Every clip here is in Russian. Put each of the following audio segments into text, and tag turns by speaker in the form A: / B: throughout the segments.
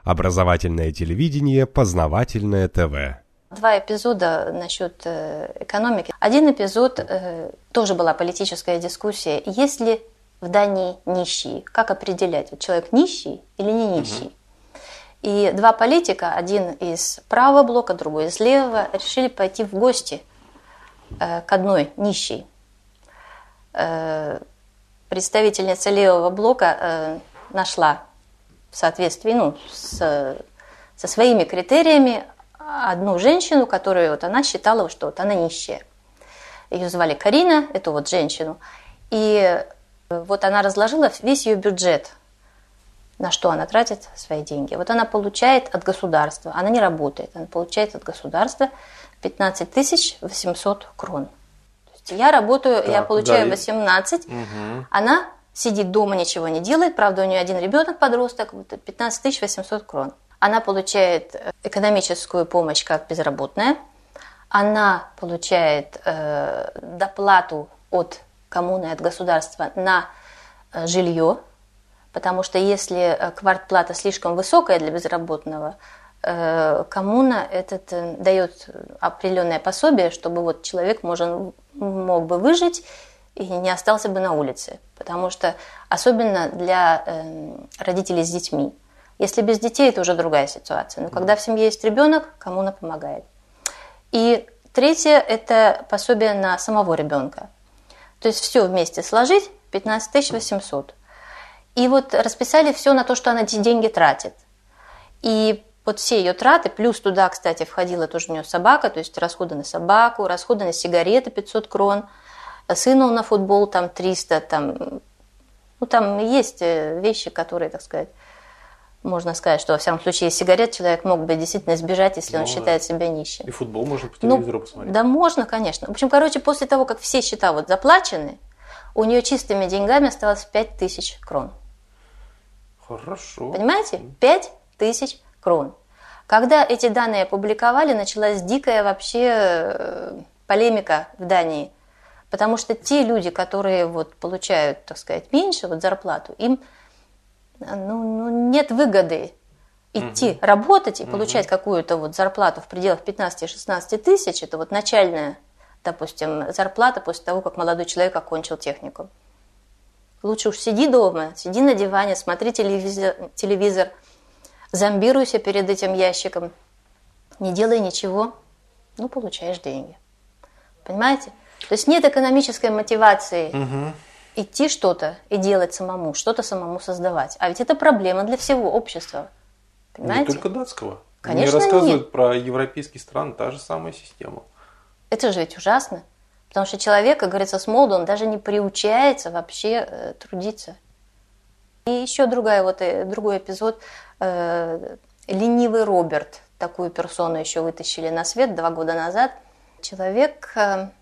A: Образовательное телевидение, познавательное ТВ.
B: 2 эпизода насчет экономики. Один эпизод, тоже была политическая дискуссия. Есть ли в Дании нищие? Как определять, вот человек нищий или не нищий? И 2 политика, один из правого блока, другой из левого, решили пойти в гости к одной нищей. Представительница левого блока нашла в соответствии со своими критериями одну женщину, которую вот она считала, что вот она нищая. Ее звали Карина, эту вот женщину. И вот она разложила весь ее бюджет, на что она тратит свои деньги. Вот она получает от государства, она не работает, она получает от государства 15 800 крон. То есть я работаю, так, я получаю 18, она сидит дома, ничего не делает, правда, у нее один ребенок, подросток, 15 800 крон. Она получает экономическую помощь как безработная, она получает доплату от коммуны, от государства на жилье, потому что если квартплата слишком высокая для безработного, коммуна дает определенное пособие, чтобы вот человек мог бы выжить и не остался бы на улице, потому что особенно для родителей с детьми. Если без детей, это уже другая ситуация. Но когда в семье есть ребенок, коммуна помогает. И третье – это пособие на самого ребенка. То есть все вместе сложить 15 800. И вот расписали все на то, что она эти деньги тратит. И вот все ее траты, плюс туда, кстати, входила тоже у нее собака, то есть расходы на собаку, расходы на сигареты 500 крон, сыну на футбол там 300, там есть вещи, которые, так сказать, можно сказать, что во всяком случае сигарет человек мог бы действительно избежать, если он считает себя нищим.
C: И футбол можно по телевизору посмотреть.
B: Да, можно, конечно. В общем, после того, как все счета вот заплачены, у нее чистыми деньгами осталось 5000 крон.
C: Хорошо.
B: Понимаете? 5000 крон. Когда эти данные опубликовали, началась дикая вообще полемика в Дании. Потому что те люди, которые вот получают, так сказать, меньше вот зарплату, им нет выгоды идти работать и получать какую-то вот зарплату в пределах 15-16 тысяч. Это вот начальная, допустим, зарплата после того, как молодой человек окончил техникум. Лучше уж сиди дома, сиди на диване, смотри телевизор, зомбируйся перед этим ящиком, не делай ничего, получаешь деньги. Понимаете? То есть нет экономической мотивации идти что-то и делать самому, что-то самому создавать. А ведь это проблема для всего общества. Понимаете?
C: Не только датского.
B: Конечно,
C: мне рассказывают
B: нет.
C: Про европейские страны, та же самая система.
B: Это же ведь ужасно. Потому что человек, как говорится, с молоду, он даже не приучается вообще трудиться. И еще другой эпизод. Ленивый Роберт. Такую персону еще вытащили на свет 2 года назад. Человек,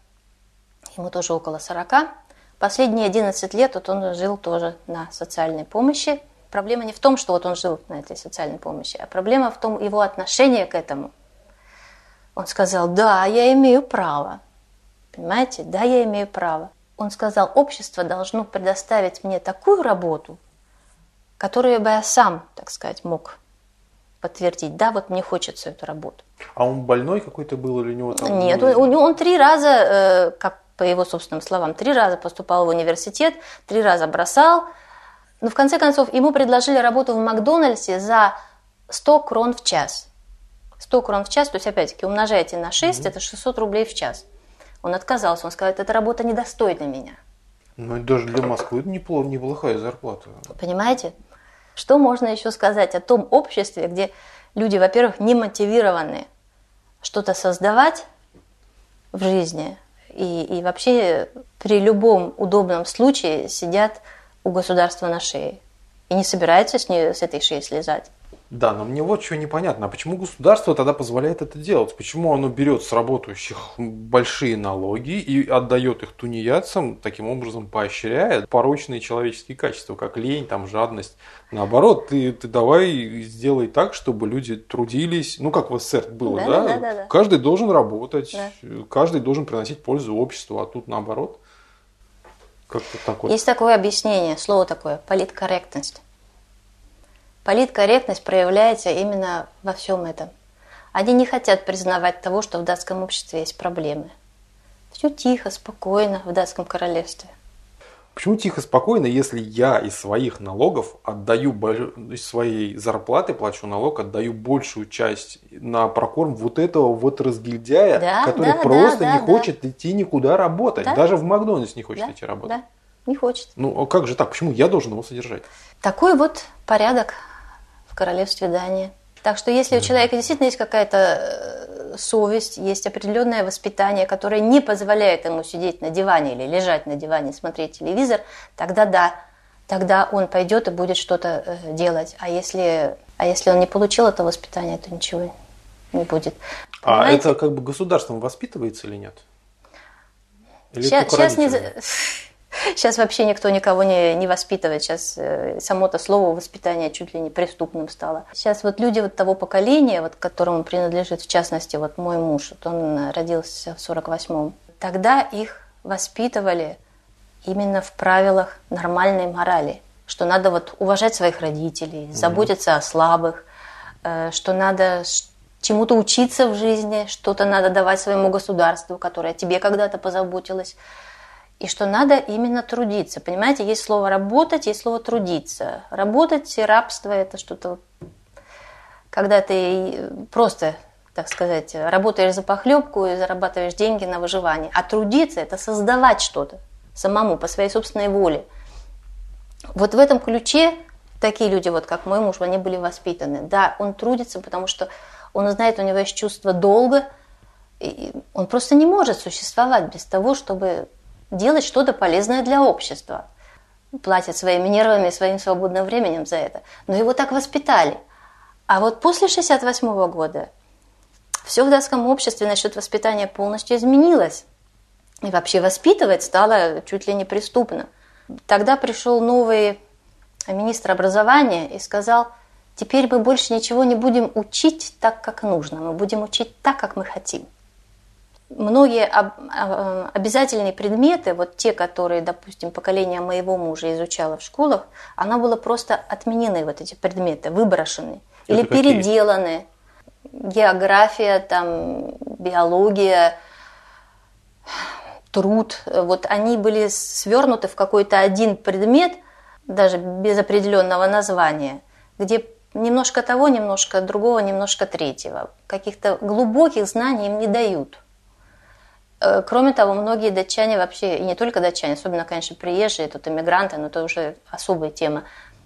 B: ему тоже около 40. Последние 11 лет он жил тоже на социальной помощи. Проблема не в том, что он жил на этой социальной помощи, а проблема в том его отношение к этому. Он сказал: да, я имею право. Понимаете? Да, я имею право. Он сказал: общество должно предоставить мне такую работу, которую бы я сам, так сказать, мог подтвердить. Да, вот мне хочется эту работу.
C: А он больной какой-то был или у него там?
B: Нет, он 3 раза, как по его собственным словам, 3 раза поступал в университет, 3 раза бросал. Но в конце концов ему предложили работу в Макдональдсе за 100 крон в час. 100 крон в час, то есть опять-таки умножайте на 6, это 600 рублей в час. Он отказался, он сказал: эта работа недостойна меня.
C: Ну, даже для Москвы это неплохая зарплата.
B: Понимаете? Что можно еще сказать о том обществе, где люди, во-первых, не мотивированы что-то создавать в жизни, и вообще при любом удобном случае сидят у государства на шее и не собираются с этой шеи слезать.
C: Да, но мне вот чего непонятно. А почему государство тогда позволяет это делать? Почему оно берет с работающих большие налоги и отдает их тунеядцам, таким образом поощряя порочные человеческие качества, как лень, жадность? Наоборот, ты давай сделай так, чтобы люди трудились, как в СССР было, да? Каждый должен работать, каждый должен приносить пользу обществу, а тут наоборот. Как-то так вот.
B: Есть такое объяснение, слово такое – политкорректность. Политкорректность проявляется именно во всем этом. Они не хотят признавать того, что в датском обществе есть проблемы. Все тихо, спокойно в датском королевстве.
C: Почему тихо, спокойно, если я из своих налогов отдаю, из своей зарплаты плачу налог, отдаю большую часть на прокорм вот этого вот разгильдяя, который просто не хочет идти никуда работать. Да? Даже в Макдональдс не хочет идти работать.
B: Да, не хочет.
C: Ну, а как же так? Почему я должен его содержать?
B: Такой вот порядок в королевстве Дания. Так что если у человека действительно есть какая-то совесть, есть определенное воспитание, которое не позволяет ему сидеть на диване или лежать на диване, смотреть телевизор, тогда да, тогда он пойдет и будет что-то делать. А если он не получил это воспитание, то ничего не будет.
C: А это как бы государством воспитывается или нет? Или
B: Сейчас вообще никто никого не воспитывает. Сейчас само-то слово воспитание чуть ли не преступным стало. Сейчас вот люди вот того поколения, вот, к которому принадлежит, в частности, вот мой муж, вот он родился в 48-м. Тогда их воспитывали именно в правилах нормальной морали, что надо вот уважать своих родителей, заботиться о слабых, что надо чему-то учиться в жизни, что-то надо давать своему государству, которое о тебе когда-то позаботилось. И что надо именно трудиться. Понимаете, есть слово «работать», есть слово «трудиться». Работать и рабство – это что-то, когда ты просто, так сказать, работаешь за похлебку и зарабатываешь деньги на выживание. А трудиться – это создавать что-то самому, по своей собственной воле. Вот в этом ключе такие люди, вот как мой муж, они были воспитаны. Да, он трудится, потому что он знает, у него есть чувство долга, и он просто не может существовать без того, чтобы делать что-то полезное для общества. Платят своими нервами, своим свободным временем за это. Но его так воспитали. А вот после 1968 года все в датском обществе насчет воспитания полностью изменилось. И вообще воспитывать стало чуть ли не преступно. Тогда пришел новый министр образования и сказал: теперь мы больше ничего не будем учить так, как нужно. Мы будем учить так, как мы хотим. Многие обязательные предметы, вот те, которые, допустим, поколение моего мужа изучало в школах, оно было просто отменены, вот эти предметы, выброшены или переделаны. География, там, биология, труд, вот они были свернуты в какой-то один предмет, даже без определенного названия, где немножко того, немножко другого, немножко третьего. Каких-то глубоких знаний им не дают. Кроме того, многие датчане вообще, и не только датчане, особенно, конечно, приезжие, тут иммигранты, но это уже особая тема,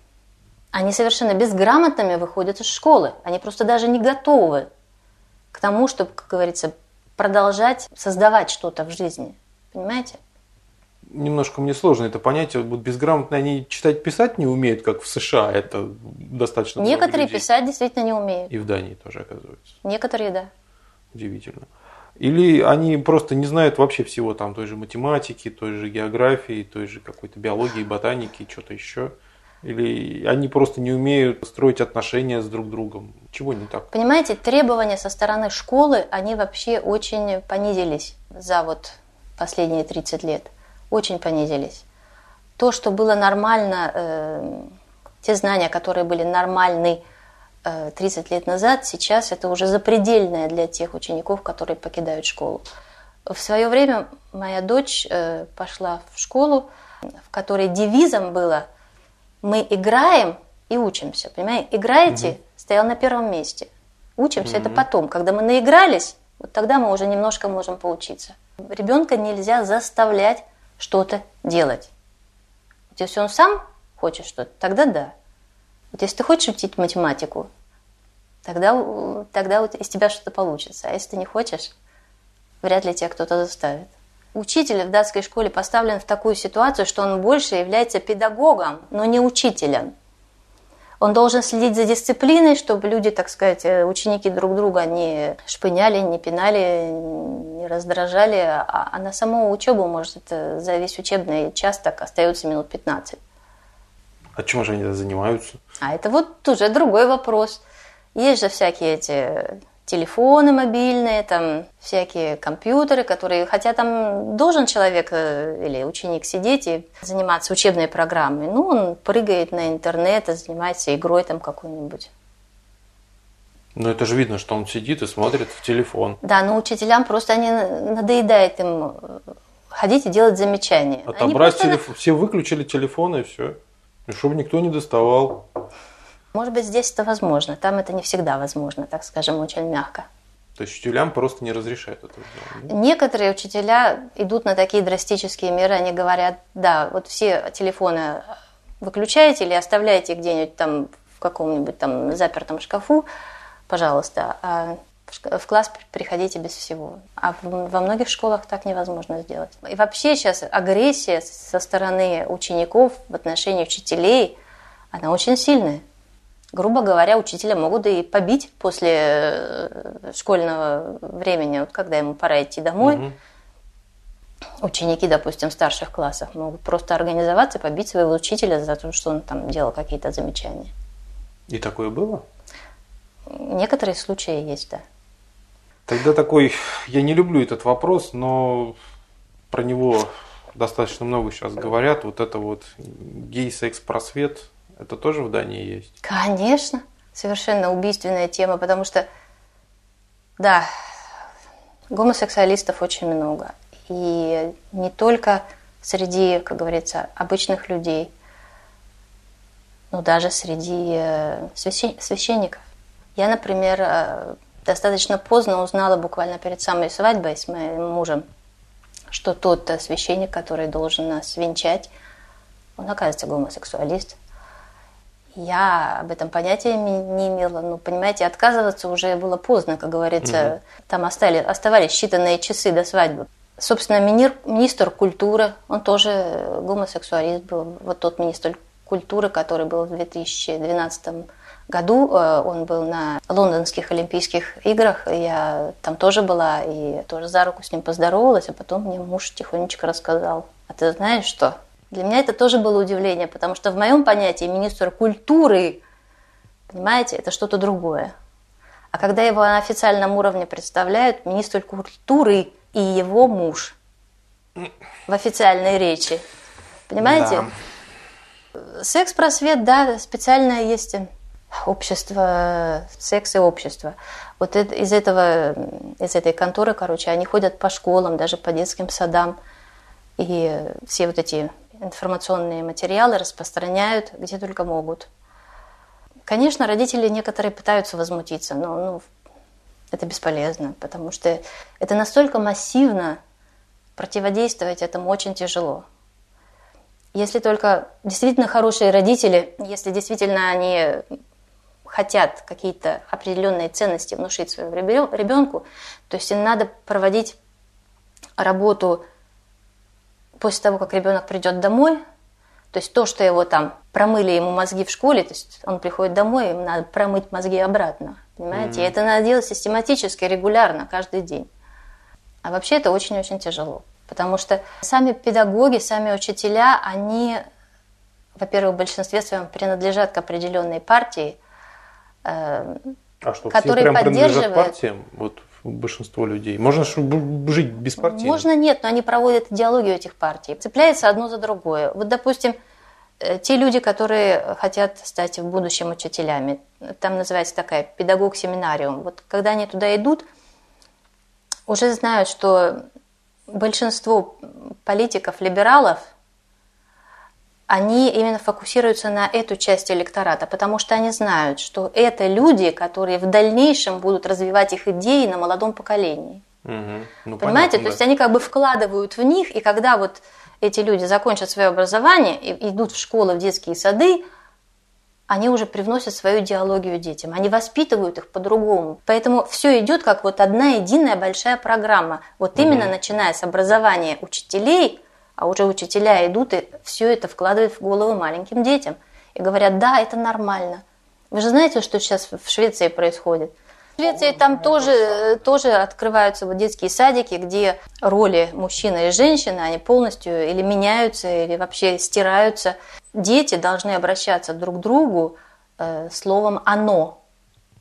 B: они совершенно безграмотными выходят из школы. Они просто даже не готовы к тому, чтобы, как говорится, продолжать создавать что-то в жизни. Понимаете?
C: Немножко мне сложно это понять. Вот безграмотные они читать, писать не умеют, как в США. Это достаточно много людей.
B: Некоторые писать действительно не умеют.
C: И в Дании тоже, оказывается.
B: Некоторые, да.
C: Удивительно. Или они просто не знают вообще всего, там, той же математики, той же географии, той же какой-то биологии, ботаники, что-то еще. Или они просто не умеют строить отношения с друг другом. Чего не так?
B: Понимаете, требования со стороны школы, они вообще очень понизились за вот последние 30 лет. Очень понизились. То, что было нормально, те знания, которые были нормальны 30 лет назад, сейчас это уже запредельное для тех учеников, которые покидают школу. В свое время моя дочь пошла в школу, в которой девизом было: мы играем и учимся. Понимаете? Играете стоял на первом месте. Учимся это потом. Когда мы наигрались, вот тогда мы уже немножко можем поучиться. Ребенка нельзя заставлять что-то делать. Вот если он сам хочет что-то, тогда да. Вот если ты хочешь учить математику, тогда вот из тебя что-то получится. А если ты не хочешь, вряд ли тебя кто-то заставит. Учитель в датской школе поставлен в такую ситуацию, что он больше является педагогом, но не учителем. Он должен следить за дисциплиной, чтобы люди, так сказать, ученики друг друга не шпыняли, не пинали, не раздражали, а на саму учебу, может, это за весь учебный час так остается минут 15.
C: А чем же они занимаются?
B: А это вот уже другой вопрос. Есть же всякие эти телефоны мобильные, там всякие компьютеры, которые, хотя там должен человек или ученик сидеть и заниматься учебной программой, ну, он прыгает на интернет и занимается игрой там какой-нибудь.
C: Но это же видно, что он сидит и смотрит в телефон.
B: Да, но учителям просто они надоедает им ходить и делать замечания.
C: Отобрать телефон, все выключили телефоны и все. И чтобы никто не доставал.
B: Может быть, здесь это возможно, там это не всегда возможно, так скажем, очень мягко.
C: То есть учителям просто не разрешают это делать? Да?
B: Некоторые учителя идут на такие драстические меры, они говорят, да, вот все телефоны выключаете или оставляете где-нибудь там в каком-нибудь там запертом шкафу, пожалуйста, а в класс приходите без всего. А во многих школах так невозможно сделать. И вообще сейчас агрессия со стороны учеников в отношении учителей, она очень сильная. Грубо говоря, учителя могут и побить после школьного времени, вот когда ему пора идти домой. Угу. Ученики, допустим, старших классов могут просто организоваться, побить своего учителя за то, что он там делал какие-то замечания.
C: И такое было?
B: Некоторые случаи есть, да.
C: Тогда такой, я не люблю этот вопрос, но про него достаточно много сейчас говорят. Вот это вот гей-секс-просвет, это тоже в Дании есть?
B: Конечно, совершенно убийственная тема, потому что, да, гомосексуалистов очень много. И не только среди, как говорится, обычных людей, но даже среди священников. Я, например, достаточно поздно узнала, буквально перед самой свадьбой с моим мужем, что тот священник, который должен нас венчать, он, оказывается, гомосексуалист. Я об этом понятия не имела. Ну, понимаете, отказываться уже было поздно, как говорится. Там оставались считанные часы до свадьбы. Собственно, министр культуры, он тоже гомосексуалист был. Вот тот министр культуры, который был в 2012 году, он был на Лондонских Олимпийских играх, я там тоже была, и тоже за руку с ним поздоровалась, а потом мне муж тихонечко рассказал: а ты знаешь что? Для меня это тоже было удивление, потому что в моем понятии министр культуры, понимаете, это что-то другое. А когда его на официальном уровне представляют, министр культуры и его муж в официальной речи, понимаете? Да. Секс-просвет, да, специально есть общество, секс и общество. Вот из этой конторы, короче, они ходят по школам, даже по детским садам, и все вот эти информационные материалы распространяют где только могут. Конечно, родители некоторые пытаются возмутиться, но это бесполезно, потому что это настолько массивно, противодействовать этому очень тяжело. Если только действительно хорошие родители, если действительно они хотят какие-то определенные ценности внушить своему ребенку, то есть им надо проводить работу после того, как ребенок придет домой, то есть то, что его там промыли ему мозги в школе, то есть он приходит домой, им надо промыть мозги обратно, понимаете? И это надо делать систематически, регулярно, каждый день. А вообще это очень-очень тяжело, потому что сами педагоги, сами учителя, они, во-первых, в большинстве своем принадлежат к определенной партии,
C: которые все прям принадлежат партиям? Вот большинство людей. Можно жить беспартийно?
B: Можно нет, но они проводят идеологию этих партий. Цепляется одно за другое. Вот, допустим, те люди, которые хотят стать в будущем учителями, там называется такая педагог-семинариум. Вот когда они туда идут, уже знают, что большинство политиков-либералов, они именно фокусируются на эту часть электората, потому что они знают, что это люди, которые в дальнейшем будут развивать их идеи на молодом поколении.
C: Угу. Ну,
B: понимаете?
C: Понятно,
B: То есть они как бы вкладывают в них, и когда вот эти люди закончат свое образование и идут в школы, в детские сады, они уже привносят свою идеологию детям, они воспитывают их по-другому. Поэтому все идет как вот одна единая большая программа. Вот именно начиная с образования учителей, а уже учителя идут и все это вкладывают в голову маленьким детям. И говорят, да, это нормально. Вы же знаете, что сейчас в Швеции происходит? В Швеции там тоже открываются вот детские садики, где роли мужчины и женщины, они полностью или меняются, или вообще стираются. Дети должны обращаться друг к другу словом «оно».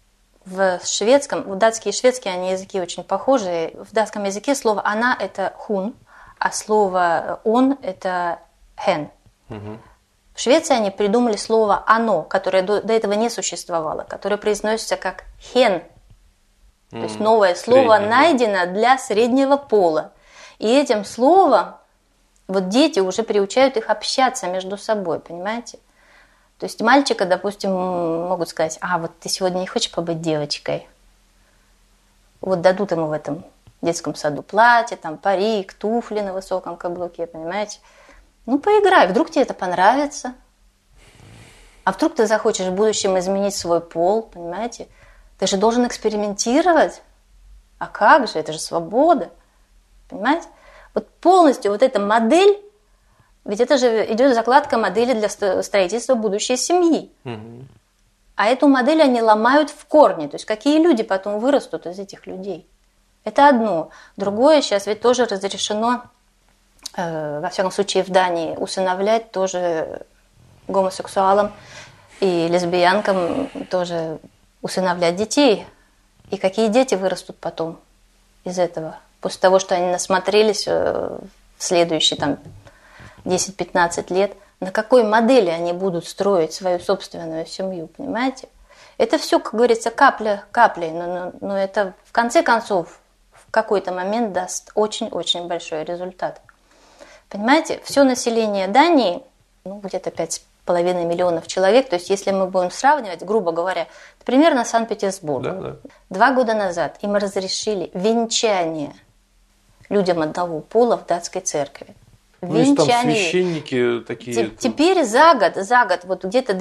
B: в шведском, в датский и шведский они языки очень похожи. В датском языке слово «она» – это «хун», а слово «он» – это «hen». Угу. В Швеции они придумали слово «оно», которое до этого не существовало, которое произносится как «hen». То есть новое слово найдено для среднего пола. И этим словом вот дети уже приучают их общаться между собой, понимаете? То есть мальчика, допустим, могут сказать: а вот ты сегодня не хочешь побыть девочкой? Вот дадут ему в этом детском саду платье, там парик, туфли на высоком каблуке, понимаете? Ну, поиграй, вдруг тебе это понравится. А вдруг ты захочешь в будущем изменить свой пол, понимаете? Ты же должен экспериментировать. А как же? Это же свобода. Понимаете? Вот полностью вот эта модель, ведь это же идет закладка модели для строительства будущей семьи. Угу. А эту модель они ломают в корне. То есть какие люди потом вырастут из этих людей? Это одно. Другое, сейчас ведь тоже разрешено, во всяком случае в Дании, усыновлять тоже гомосексуалам и лесбиянкам тоже усыновлять детей. И какие дети вырастут потом из этого? После того, что они насмотрелись в следующие там 10-15 лет, на какой модели они будут строить свою собственную семью, понимаете? Это все, как говорится, капля каплей, но это в конце концов в какой-то момент даст очень-очень большой результат. Понимаете, все население Дании, где-то 5,5 миллионов человек, то есть если мы будем сравнивать, грубо говоря, примерно Санкт-Петербург.
C: Да.
B: 2 года назад им разрешили венчание людям одного пола в датской церкви.
C: Есть там священники такие.
B: Теперь за год, вот где-то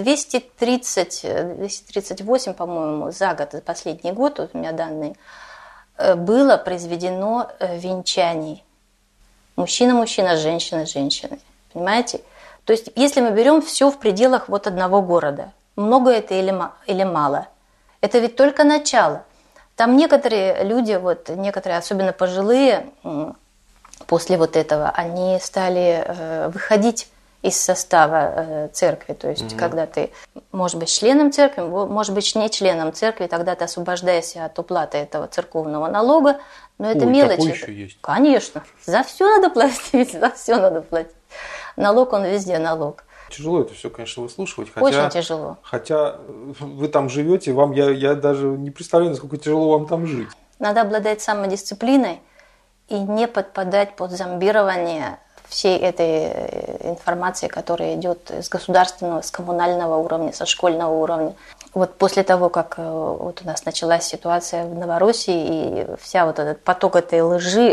B: 238, по-моему, за год, за последний год, вот у меня данные, было произведено венчаний. Мужчина, женщина. Понимаете? То есть, если мы берем все в пределах вот одного города, много это или мало, это ведь только начало. Там некоторые люди, некоторые, особенно пожилые, после вот этого, они стали выходить из состава церкви. То есть, когда ты можешь быть членом церкви, можешь быть не членом церкви, тогда ты освобождаешься от уплаты этого церковного налога. Но это мелочи.
C: Такое еще есть?
B: Конечно. За все надо платить, Налог, он везде налог.
C: Тяжело это все, конечно, выслушивать.
B: Очень тяжело.
C: Хотя вы там живете, я даже не представляю, насколько тяжело вам там жить.
B: Надо обладать самодисциплиной и не подпадать под зомбирование всей этой информации, которая идет с государственного, с коммунального уровня, со школьного уровня. Вот после того, как вот у нас началась ситуация в Новороссии, и вся вот этот поток этой лжи,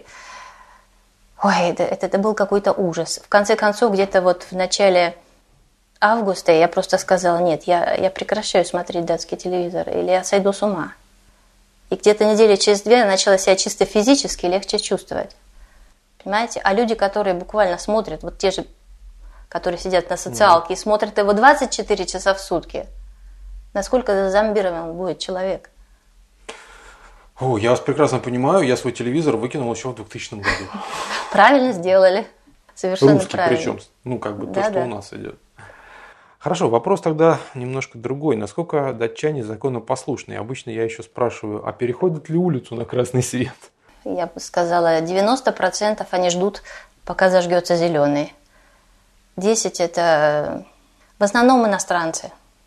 B: это был какой-то ужас. В конце концов, где-то вот в начале августа я просто сказала: нет, я прекращаю смотреть датский телевизор, или я сойду с ума. И где-то недели через 2 я начала себя чисто физически легче чувствовать. Понимаете? А люди, которые буквально смотрят, вот те же, которые сидят на социалке и смотрят его 24 часа в сутки, насколько зомбирован будет человек?
C: Я вас прекрасно понимаю. Я свой телевизор выкинул еще в 2000 году.
B: Правильно сделали. Совершенно
C: Русский
B: правильно.
C: причем. То, что у нас идет. Хорошо, вопрос тогда немножко другой. Насколько датчане законопослушные? Обычно я еще спрашиваю, а переходят ли улицу на красный свет?
B: Я бы сказала, 90% они ждут, пока зажгется зеленый. 10% это в основном иностранцы.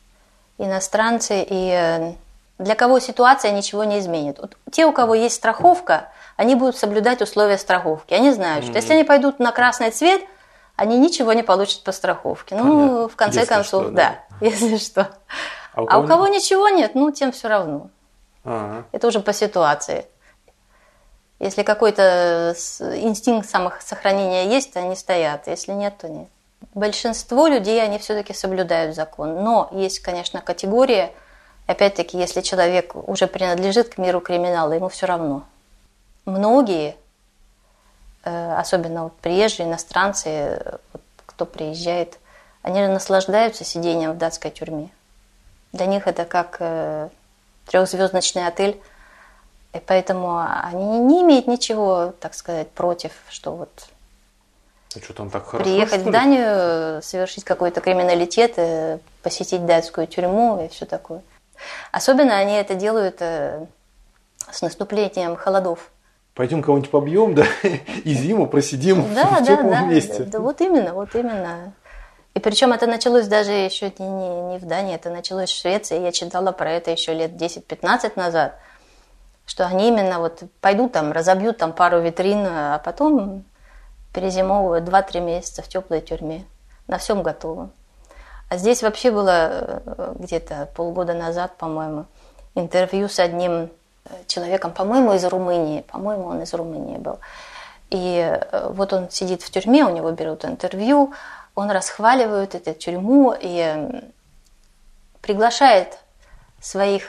B: И для кого ситуация ничего не изменит. Вот те, у кого есть страховка, они будут соблюдать условия страховки. Они знают, что если они пойдут на красный цвет, они ничего не получат по страховке. В конце концов, если что. А у кого ничего нет, тем все равно. Это уже по ситуации. Если какой-то инстинкт самосохранения есть, то они стоят. Если нет, то нет. Большинство людей, они все-таки соблюдают закон. Но есть, конечно, категория, опять-таки, если человек уже принадлежит к миру криминала, ему все равно. Многие, особенно приезжие, иностранцы, кто приезжает, они наслаждаются сидением в датской тюрьме. Для них это как 3-звездочный отель. И поэтому они не имеют ничего, так сказать, против, что
C: что там так хорошо,
B: приехать в Данию, совершить какой-то криминалитет, посетить датскую тюрьму и все такое. Особенно они это делают с наступлением холодов.
C: Пойдем кого-нибудь побьем, да, и зиму просидим в теплом месте.
B: Да, вот именно. И причем это началось даже еще не в Дании, это началось в Швеции. Я читала про это еще лет 10-15 назад, что они именно вот пойдут там, разобьют там пару витрин, а потом перезимовывают 2-3 месяца в теплой тюрьме. На всем готово. А здесь вообще было где-то полгода назад, по-моему, интервью с одним человеком, по-моему, из Румынии. По-моему, он из Румынии был. И вот он сидит в тюрьме, у него берут интервью, он расхваливает эту тюрьму и приглашает своих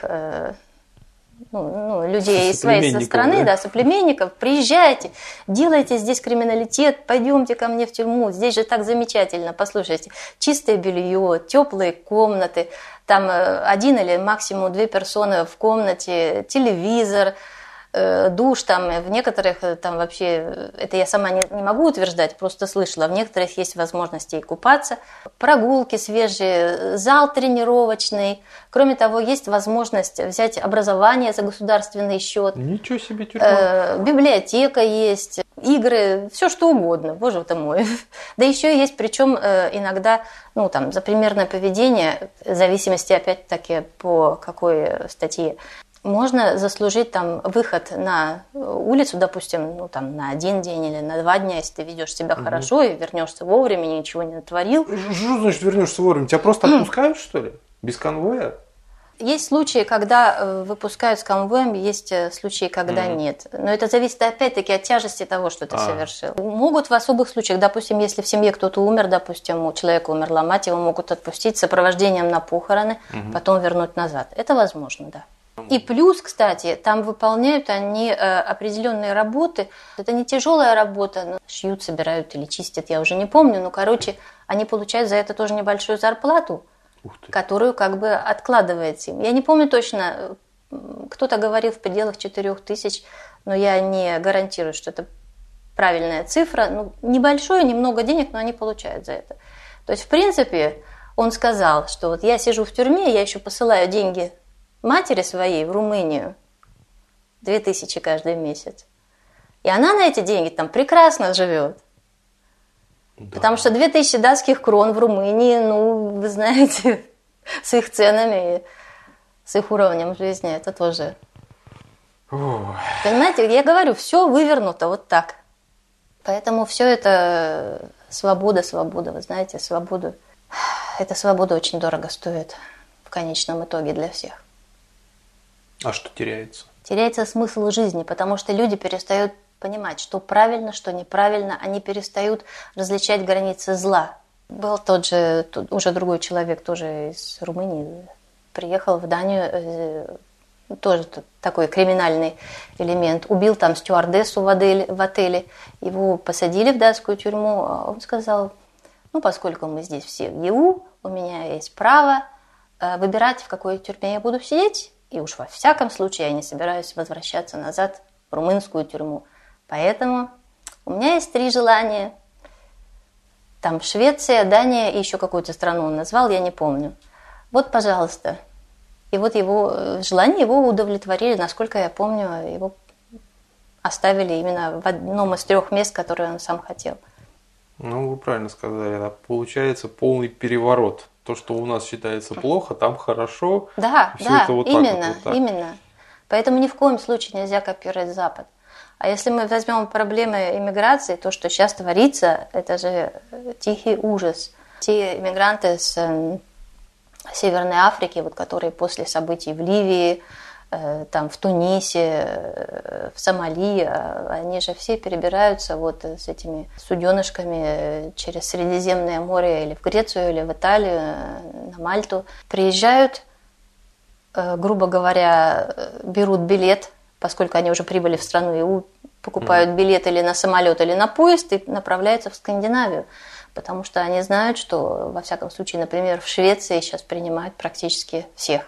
B: людей из своей страны, да, соплеменников, приезжайте, делайте здесь криминалитет, пойдемте ко мне в тюрьму, здесь же так замечательно, послушайте, чистое белье, теплые комнаты, там 1 или максимум 2 персоны в комнате, телевизор, душ, там в некоторых там вообще, это я сама не могу утверждать, просто слышала, в некоторых есть возможности и купаться, прогулки свежие, зал тренировочный, кроме того, есть возможность взять образование за государственный счет.
C: Ничего себе тюрьма.
B: Библиотека есть, игры, все что угодно, боже ты мой. Да еще есть, причем иногда, за примерное поведение, в зависимости опять-таки по какой статье, можно заслужить там выход на улицу, допустим, на 1 день или на 2 дня, если ты ведешь себя хорошо и вернешься вовремя, ничего не натворил.
C: Что значит вернешься вовремя? Тебя просто отпускают, что ли? Без конвоя?
B: Есть случаи, когда выпускают с конвоем, есть случаи, когда нет. Но это зависит опять-таки от тяжести того, что ты совершил. Могут в особых случаях, допустим, если в семье кто-то умер, допустим, у человека умерла мать, его могут отпустить с сопровождением на похороны, потом вернуть назад. Это возможно, да. И плюс, кстати, там выполняют они определенные работы. Это не тяжелая работа, но шьют, собирают или чистят, я уже не помню. Они получают за это тоже небольшую зарплату, которую как бы откладывается им. Я не помню точно, кто-то говорил в пределах 4000, но я не гарантирую, что это правильная цифра. Небольшое, немного денег, но они получают за это. То есть, в принципе, он сказал, что вот я сижу в тюрьме, я еще посылаю деньги матери своей в Румынию, 2000 каждый месяц. И она на эти деньги там прекрасно живет. Да. Потому что 2000 датских крон в Румынии, вы знаете, с их ценами, с их уровнем жизни, это тоже... Понимаете, я говорю, все вывернуто вот так. Поэтому все это свобода, вы знаете, свобода. Эта свобода очень дорого стоит в конечном итоге для всех.
C: А что теряется?
B: Теряется смысл жизни, потому что люди перестают понимать, что правильно, что неправильно. Они перестают различать границы зла. Был уже другой человек, тоже из Румынии, приехал в Данию, тоже такой криминальный элемент. Убил там стюардессу в отеле. Его посадили в датскую тюрьму. Он сказал, поскольку мы здесь все в ЕУ, у меня есть право выбирать, в какой тюрьме я буду сидеть. И уж во всяком случае я не собираюсь возвращаться назад в румынскую тюрьму. Поэтому у меня есть 3 желания. Там Швеция, Дания и еще какую-то страну он назвал, я не помню. Вот, пожалуйста. И вот его желание его удовлетворили, насколько я помню, его оставили именно в одном из 3 мест, которые он сам хотел.
C: Вы правильно сказали, да, получается полный переворот. То, что у нас считается плохо, там хорошо.
B: Да,
C: это вот
B: именно,
C: так вот.
B: Именно. Поэтому ни в коем случае нельзя копировать Запад. А если мы возьмем проблемы иммиграции, то, что сейчас творится, это же тихий ужас. Те иммигранты с Северной Африки, которые после событий в Ливии, там в Тунисе, в Сомали, они же все перебираются с этими суденышками через Средиземное море или в Грецию, или в Италию, на Мальту. Приезжают, грубо говоря, берут билет, поскольку они уже прибыли в страну ЕУ, покупают билет или на самолет, или на поезд и направляются в Скандинавию. Потому что они знают, что, во всяком случае, например, в Швеции сейчас принимают практически всех.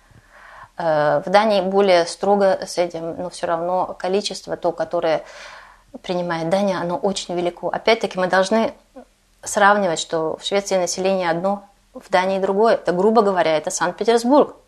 B: В Дании более строго с этим, но все равно количество, которое принимает Дания, оно очень велико. Опять-таки мы должны сравнивать, что в Швеции население одно, в Дании другое. Это, грубо говоря, это Санкт-Петербург.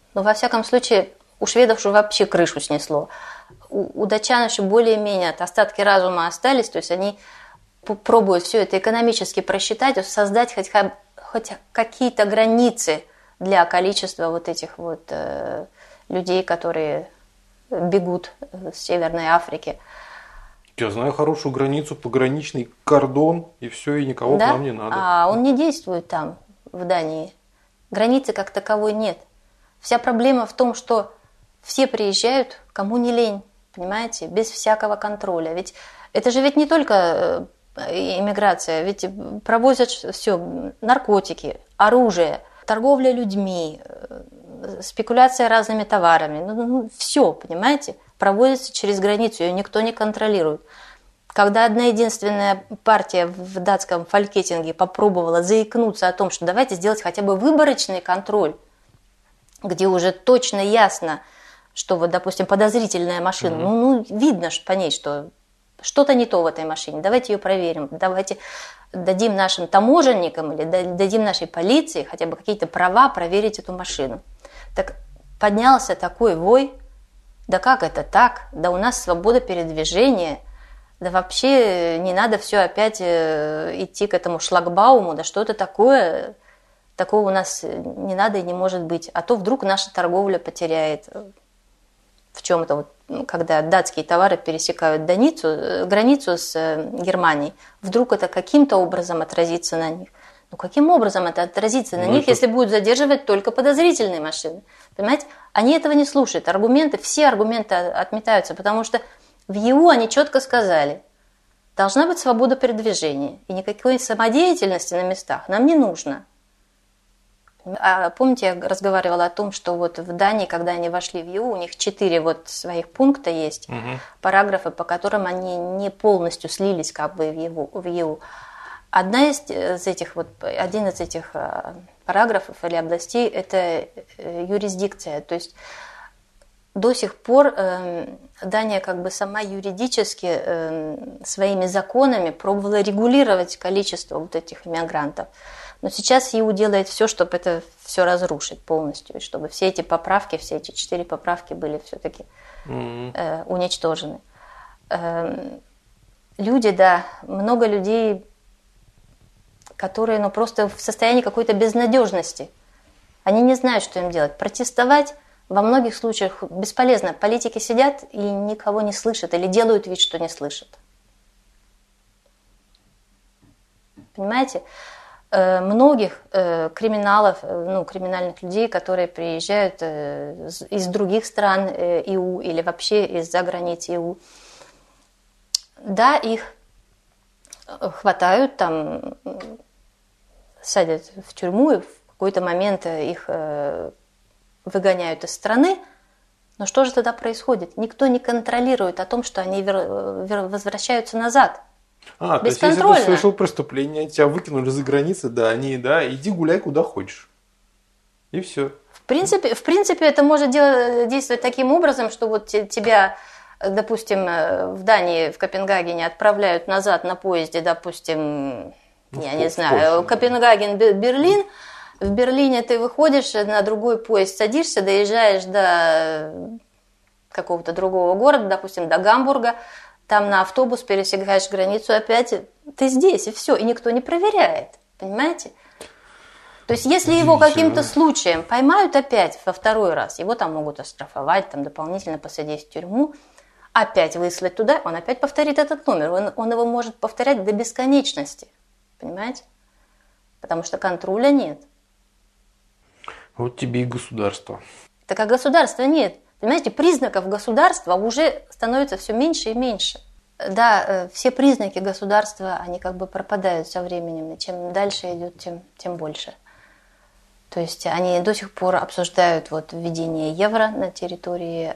B: Но во всяком случае, у шведов же вообще крышу снесло. У датчан еще более-менее остатки разума остались, то есть они пробуют все это экономически просчитать, создать хоть какие-то границы для количества вот этих вот людей, которые бегут с Северной Африки.
C: Я знаю хорошую границу, пограничный кордон, и все, и никого к нам не надо.
B: А он не действует там, в Дании. Границы как таковой нет. Вся проблема в том, что все приезжают, кому не лень, понимаете, без всякого контроля. Ведь это же ведь не только иммиграция, ведь провозят все, наркотики, оружие, торговля людьми, спекуляция разными товарами, все, понимаете, проводится через границу, ее никто не контролирует. Когда одна единственная партия в датском фолькетинге попробовала заикнуться о том, что давайте сделать хотя бы выборочный контроль, где уже точно ясно, что вот, допустим, подозрительная машина, видно по ней, что что-то не то в этой машине, давайте ее проверим, давайте дадим нашим таможенникам или дадим нашей полиции хотя бы какие-то права проверить эту машину. Так поднялся такой вой, да как это так, да у нас свобода передвижения, да вообще не надо все опять идти к этому шлагбауму, да что это такое, такого у нас не надо и не может быть, а то вдруг наша торговля потеряет в чем-то, вот, когда датские товары пересекают границу с Германией, вдруг это каким-то образом отразится на них. Ну каким образом это отразится на них, если будут задерживать только подозрительные машины? Понимаете? Они этого не слушают. Все аргументы отметаются, потому что в ЕУ они четко сказали, должна быть свобода передвижения, и никакой самодеятельности на местах нам не нужно. А помните, я разговаривала о том, что вот в Дании, когда они вошли в ЕУ, у них 4 вот своих пункта есть, параграфы, по которым они не полностью слились как бы в ЕУ. Один из этих параграфов или областей – это юрисдикция. То есть до сих пор Дания как бы сама юридически своими законами пробовала регулировать количество вот этих иммигрантов. Но сейчас ЕУ делает все, чтобы это все разрушить полностью, и чтобы все эти поправки, все эти 4 поправки были все-таки уничтожены. Люди, да, много людей, которые просто в состоянии какой-то безнадежности. Они не знают, что им делать. Протестовать во многих случаях бесполезно. Политики сидят и никого не слышат или делают вид, что не слышат. Понимаете? Многих криминальных людей, которые приезжают из других стран ЕУ или вообще из-за границ ЕУ, да, их хватают, там, садят в тюрьму, и в какой-то момент их выгоняют из страны, но что же тогда происходит? Никто не контролирует о том, что они возвращаются назад.
C: То есть, если ты совершил преступление, тебя выкинули за границы, иди гуляй куда хочешь. И все.
B: В принципе, это может действовать таким образом, что вот тебя, допустим, в Дании, в Копенгагене отправляют назад на поезде, допустим, Копенгаген-Берлин. В Берлине ты выходишь, на другой поезд садишься, доезжаешь до какого-то другого города, допустим, до Гамбурга, там на автобус пересекаешь границу, опять ты здесь, и все, и никто не проверяет, понимаете? То есть, если его каким-то случаем поймают опять во второй раз, его там могут оштрафовать, там дополнительно посадить в тюрьму, опять выслать туда, он опять повторит этот номер, он его может повторять до бесконечности, понимаете? Потому что контроля нет.
C: Вот тебе и государство.
B: Так а государства нет. Понимаете, признаков государства уже становится все меньше и меньше. Да, все признаки государства, они как бы пропадают со временем, и чем дальше идет, тем больше. То есть они до сих пор обсуждают введение евро на территории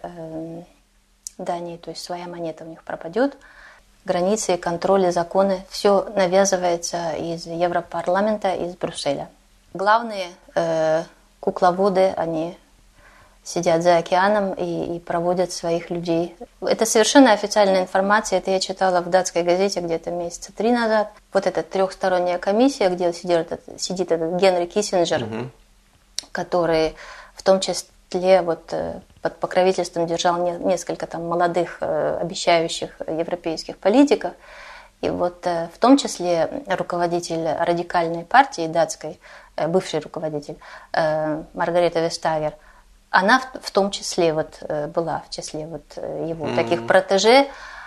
B: Дании, то есть своя монета у них пропадет. Границы, контроли, законы, все навязывается из Европарламента, из Брюсселя. Главные кукловоды, они сидят за океаном и проводят своих людей. Это совершенно официальная информация, это я читала в датской газете где-то месяца 3 назад. Вот эта трехсторонняя комиссия, где сидит этот Генри Киссинджер, который в том числе числе вот под покровительством держал несколько там молодых, обещающих европейских политиков. И вот в том числе руководитель радикальной партии датской, бывший руководитель Маргарита Вестагер, она в том числе вот была в числе вот его таких протеже.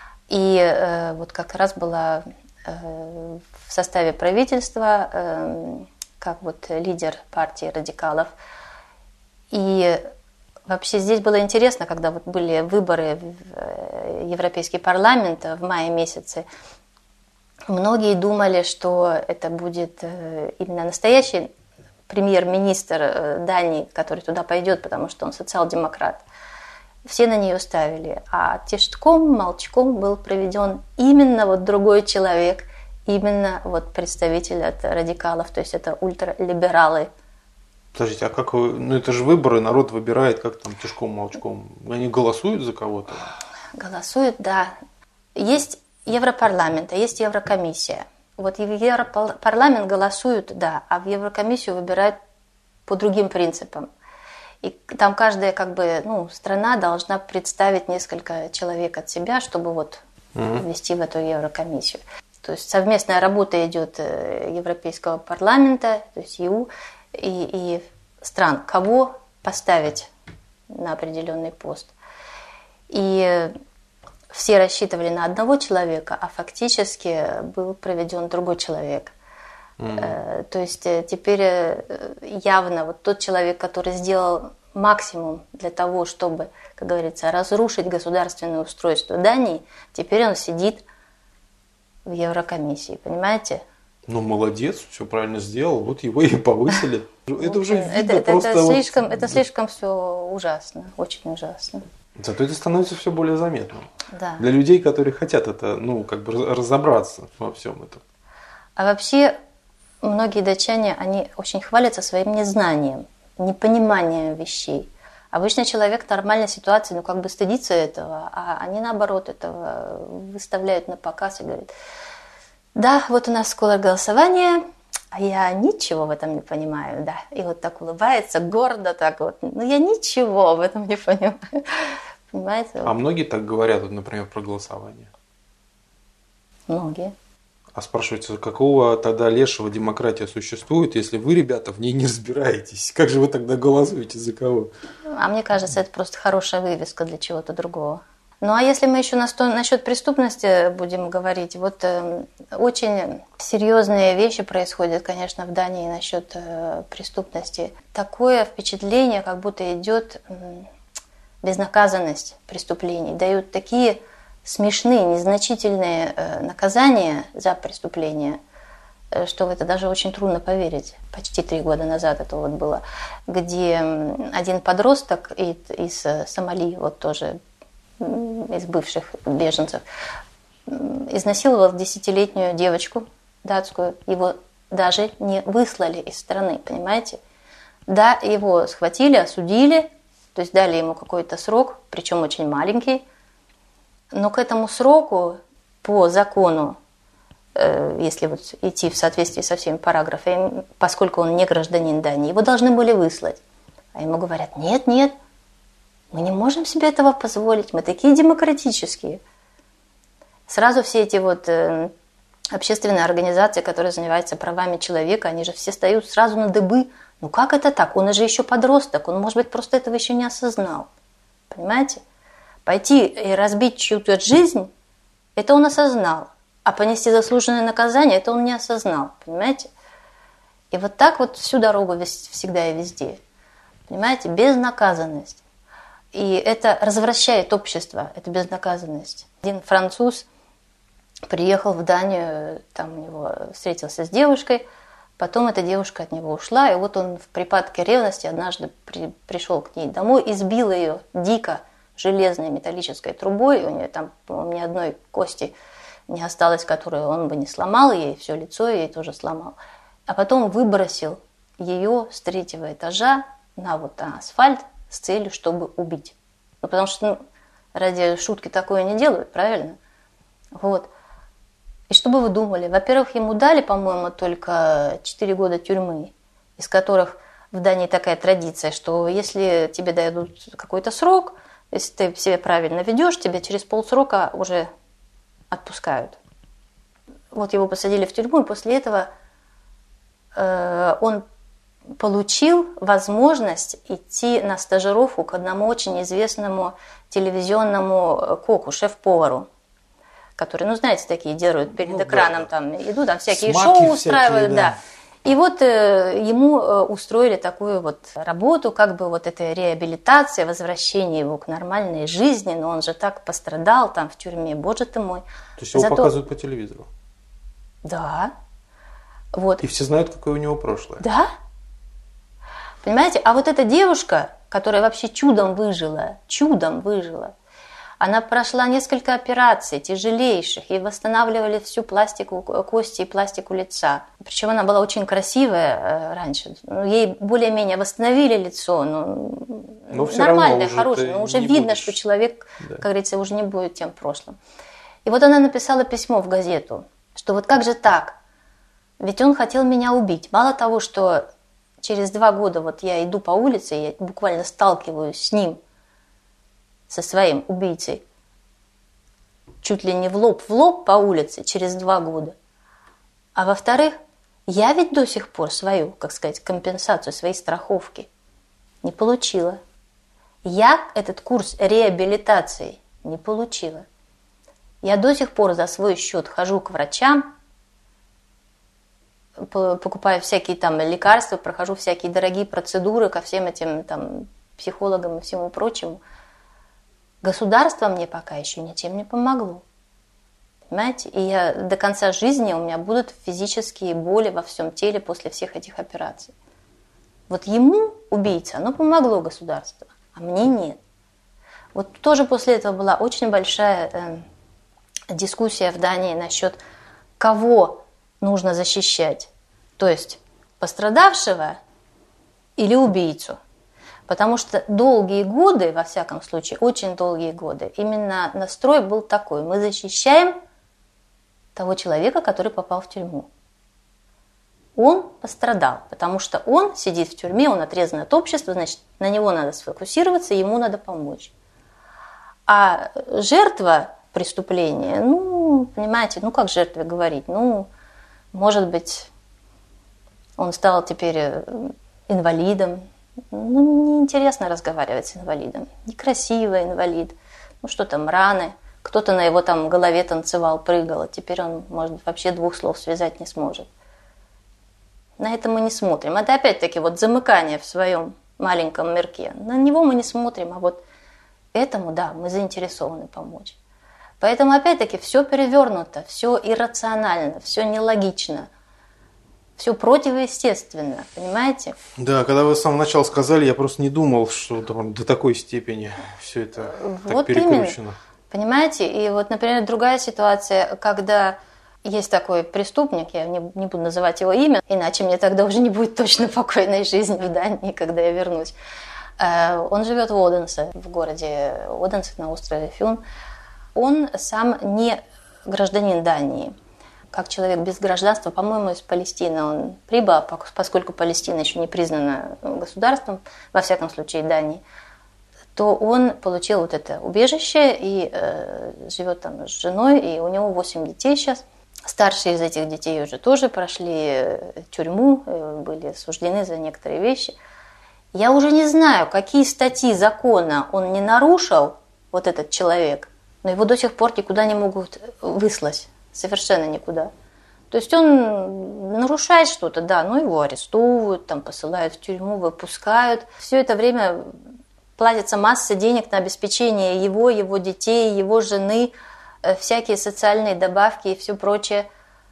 B: И вот как раз была в составе правительства как вот лидер партии радикалов. И вообще здесь было интересно, когда вот были выборы в Европейский парламент в мае месяце, многие думали, что это будет именно настоящий премьер-министр Дании, который туда пойдет, потому что он социал-демократ. Все на нее ставили, а тишком, молчком был проведен именно вот другой человек, именно вот представитель от радикалов, то есть это ультралибералы.
C: Подождите, а как вы, ну это же выборы, народ выбирает, как там тишком-молчком, они голосуют за кого-то?
B: Голосуют, да. Есть Европарламент, а есть Еврокомиссия. Вот в Европарламент голосуют, да, а в Еврокомиссию выбирают по другим принципам. И там каждая как бы, ну, страна должна представить несколько человек от себя, чтобы вот ввести в эту Еврокомиссию. То есть совместная работа идет Европейского парламента, то есть ЕУ, и стран, кого поставить на определенный пост. И все рассчитывали на одного человека, а фактически был проведен другой человек. То есть теперь явно вот тот человек, который сделал максимум для того, чтобы, как говорится, разрушить государственное устройство Дании, теперь он сидит в Еврокомиссии, понимаете?
C: Ну, молодец, все правильно сделал, вот его и повысили. Это уже видно просто...
B: Это слишком все ужасно, очень ужасно.
C: Зато это становится все более заметным.
B: Да.
C: Для людей, которые хотят это, ну, как бы разобраться во всем этом.
B: А вообще, многие датчане, они очень хвалятся своим незнанием, непониманием вещей. Обычно человек в нормальной ситуации, ну, как бы стыдится этого, а они, наоборот, этого выставляют на показ и говорят: да, вот у нас скоро голосование, а я ничего в этом не понимаю, да. И вот так улыбается, гордо так вот. Ну, я ничего в этом не понимаю. Понимаете?
C: А многие так говорят, вот, например, про голосование?
B: Многие.
C: А спрашивается, какого тогда лешего демократия существует, если вы, ребята, в ней не разбираетесь? Как же вы тогда голосуете, за кого?
B: А мне кажется, это просто хорошая вывеска для чего-то другого. Ну а если мы еще насчет преступности будем говорить, вот очень серьезные вещи происходят, конечно, в Дании насчет преступности. Такое впечатление, как будто идет безнаказанность преступлений. Дают такие смешные, незначительные наказания за преступления, что в это даже очень трудно поверить. Почти 3 года назад это вот было, где один подросток из Сомали, вот тоже из бывших беженцев, изнасиловал 10-летнюю девочку датскую. Его даже не выслали из страны, понимаете? Да, его схватили, осудили, то есть дали ему какой-то срок, причем очень маленький. Но к этому сроку по закону, если вот идти в соответствии со всеми параграфами, поскольку он не гражданин Дании, его должны были выслать. А ему говорят: нет, нет, мы не можем себе этого позволить, мы такие демократические. Сразу все эти вот общественные организации, которые занимаются правами человека, они же все встают сразу на дыбы. Ну как это так? Он же еще подросток, он, может быть, просто этого еще не осознал. Понимаете? Пойти и разбить чью-то жизнь, это он осознал. А понести заслуженное наказание, это он не осознал. Понимаете? И вот так вот всю дорогу всегда и везде. Понимаете? Безнаказанность. И это развращает общество, это безнаказанность. Один француз приехал в Данию, там у него встретился с девушкой, потом эта девушка от него ушла, и вот он в припадке ревности однажды пришел к ней домой, избил ее дико железной металлической трубой, у нее там, по-моему, ни одной кости не осталось, которую он бы не сломал, ей все лицо ей тоже сломал. А потом выбросил ее с 3-го этажа на асфальт с целью, чтобы убить. Ну, потому что ради шутки такое не делают, правильно? Вот. И что бы вы думали? Во-первых, ему дали, по-моему, только 4 года тюрьмы, из которых в Дании такая традиция, что если тебе дадут какой-то срок, если ты себя правильно ведешь, тебя через полсрока уже отпускают. Вот его посадили в тюрьму, и после этого он получил возможность идти на стажировку к одному очень известному телевизионному коку, шеф-повару, которые, ну, знаете, такие делают перед экраном, да. Там идут, там всякие шоу устраивают, да. И вот ему устроили такую вот работу, как бы вот эта реабилитация, возвращение его к нормальной жизни, но он же так пострадал там в тюрьме, боже ты мой.
C: То есть его показывают по телевизору?
B: Да. Вот.
C: И все знают, какое у него прошлое?
B: Да. Понимаете, а вот эта девушка, которая вообще чудом выжила, она прошла несколько операций тяжелейших, ей восстанавливали всю пластику кости и пластику лица. Причем она была очень красивая раньше. Ей более-менее восстановили лицо, но нормальное, хорошее. Но уже видно, что человек, как говорится, уже не будет тем прошлым. И вот она написала письмо в газету, что вот как же так? Ведь он хотел меня убить. Мало того, что через 2 года вот я иду по улице, я буквально сталкиваюсь с ним, со своим убийцей, чуть ли не в лоб по улице через 2 года. А во-вторых, я ведь до сих пор свою, как сказать, компенсацию, своей страховки не получила. Я этот курс реабилитации не получила. Я до сих пор за свой счет хожу к врачам, покупаю всякие там лекарства, прохожу всякие дорогие процедуры ко всем этим там психологам и всему прочему. Государство мне пока еще ничем не помогло. Понимаете? И я до конца жизни у меня будут физические боли во всем теле после всех этих операций. Вот ему, убийце, оно помогло государству, а мне нет. Вот тоже после этого была очень большая дискуссия в Дании насчет кого нужно защищать. То есть пострадавшего или убийцу. Потому что долгие годы, во всяком случае, очень долгие годы, именно настрой был такой. Мы защищаем того человека, который попал в тюрьму. Он пострадал, потому что он сидит в тюрьме, он отрезан от общества, значит, на него надо сфокусироваться, ему надо помочь. А жертва преступления, ну, понимаете, ну как жертве говорить? Ну, может быть, он стал теперь инвалидом. Ну, неинтересно разговаривать с инвалидом. Некрасивый инвалид. Ну, что там, раны. Кто-то на его там голове танцевал, прыгал. А теперь он, может, вообще 2 слов связать не сможет. На это мы не смотрим. Это опять-таки вот замыкание в своем маленьком мирке. На него мы не смотрим, а вот этому, да, мы заинтересованы помочь. Поэтому, опять-таки, все перевернуто, все иррационально, все нелогично. Все противоестественно, понимаете?
C: Да, когда вы с самого начала сказали, я просто не думал, что там до такой степени все это вот так перекручено.
B: Именно, понимаете? И вот, например, другая ситуация, когда есть такой преступник, я не буду называть его имя, иначе мне тогда уже не будет точно покойной жизни в Дании, когда я вернусь. Он живет в Оденсе, в городе Оденсе на острове Фюн. Он сам не гражданин Дании. Как человек без гражданства, по-моему, из Палестины он прибыл, поскольку Палестина еще не признана государством, во всяком случае Дании, то он получил вот это убежище и живет там с женой, и у него 8 детей сейчас. Старшие из этих детей уже тоже прошли тюрьму, были осуждены за некоторые вещи. Я уже не знаю, какие статьи закона он не нарушил, вот этот человек, но его до сих пор никуда не могут выслать. Совершенно никуда. То есть он нарушает что-то, да, но его арестовывают, там, посылают в тюрьму, выпускают. Все это время платится масса денег на обеспечение его детей, его жены, всякие социальные добавки и все прочее.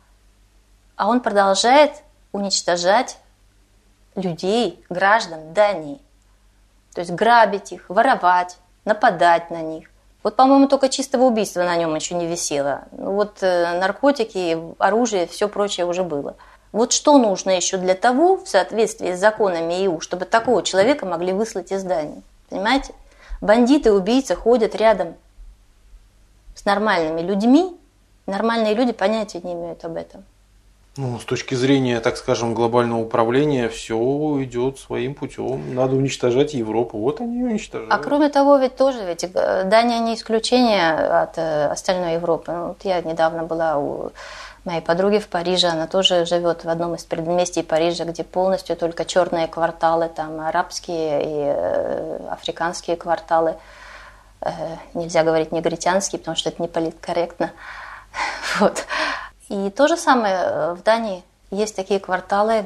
B: А он продолжает уничтожать людей, граждан Дании. То есть грабить их, воровать, нападать на них. Вот, по-моему, только чистого убийства на нем еще не висело. Вот наркотики, оружие, все прочее уже было. Вот что нужно еще для того, в соответствии с законами ЕУ, чтобы такого человека могли выслать из Дании? Понимаете? Бандиты, убийцы ходят рядом с нормальными людьми. Нормальные люди понятия не имеют об этом.
C: Ну, с точки зрения, так скажем, глобального управления, все идет своим путем. Надо уничтожать Европу. Вот они и уничтожают.
B: А кроме того, ведь Дания не исключение от остальной Европы. Ну, вот я недавно была у моей подруги в Париже, она тоже живет в одном из предместий Парижа, где полностью только черные кварталы, там арабские и африканские кварталы. Нельзя говорить негритянские, потому что это не политкорректно. Вот. И то же самое в Дании. Есть такие кварталы,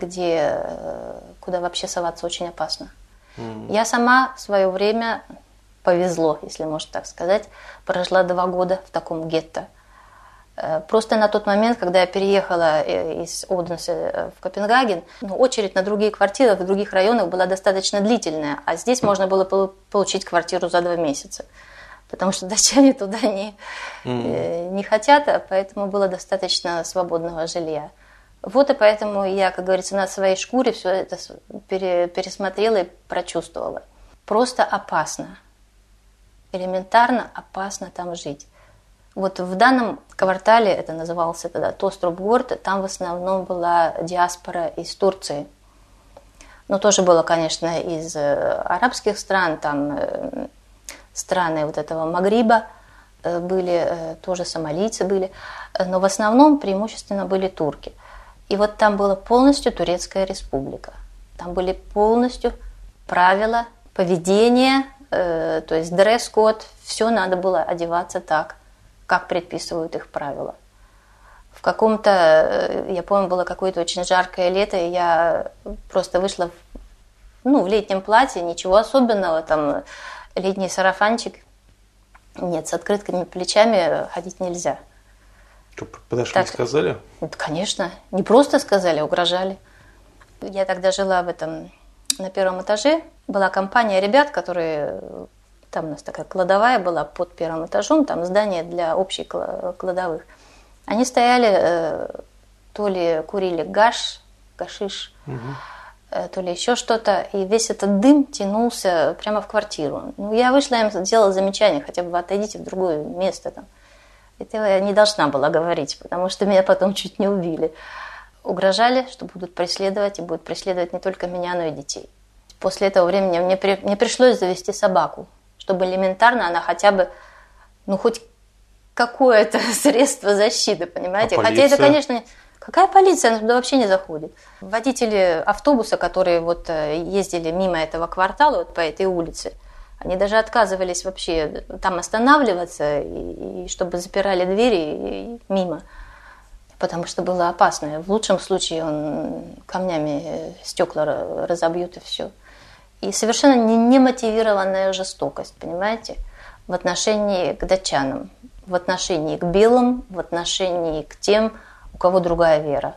B: куда вообще соваться очень опасно. Я сама в свое время, повезло, если можно так сказать, прожила 2 года в таком гетто. Просто на тот момент, когда я переехала из Оденсе в Копенгаген, очередь на другие квартиры в других районах была достаточно длительная, а здесь можно было получить квартиру за 2 месяца. Потому что датчане туда не хотят, а поэтому было достаточно свободного жилья. Вот и поэтому я, как говорится, на своей шкуре все это пересмотрела и прочувствовала. Просто опасно. Элементарно опасно там жить. Вот в данном квартале, это назывался тогда Тострубгорд, там в основном была диаспора из Турции. Но тоже было, конечно, из арабских стран, там страны вот этого Магриба были, тоже сомалийцы были, но в основном преимущественно были турки. И вот там была полностью турецкая республика. Там были полностью правила поведения, то есть дресс-код, все надо было одеваться так, как предписывают их правила. В каком-то, я помню, было какое-то очень жаркое лето, и я просто вышла в летнем платье, ничего особенного, там летний сарафанчик, нет, с открытыми плечами ходить нельзя.
C: Подошли, так, сказали?
B: Конечно, не просто сказали, угрожали. Я тогда жила на 1-м этаже, была компания ребят, которые, там у нас такая кладовая была под 1-м этажом, там здание для общих кладовых. Они стояли, то ли курили гашиш, то ли еще что-то, и весь этот дым тянулся прямо в квартиру. Я вышла, им сделала замечание, хотя бы отойдите в другое место. Там. Это я не должна была говорить, потому что меня потом чуть не убили. Угрожали, что будут преследовать, и будут преследовать не только меня, но и детей. После этого времени мне пришлось завести собаку, чтобы элементарно она хотя бы, хоть какое-то средство защиты, понимаете?
C: А
B: хотя это, конечно... Какая полиция? Она туда вообще не заходит. Водители автобуса, которые ездили мимо этого квартала, по этой улице, они даже отказывались вообще там останавливаться, и чтобы запирали двери мимо, потому что было опасно. В лучшем случае он камнями стекла разобьет и все. И совершенно немотивированная жестокость, понимаете, в отношении к датчанам, в отношении к белым, в отношении к тем, у кого другая вера.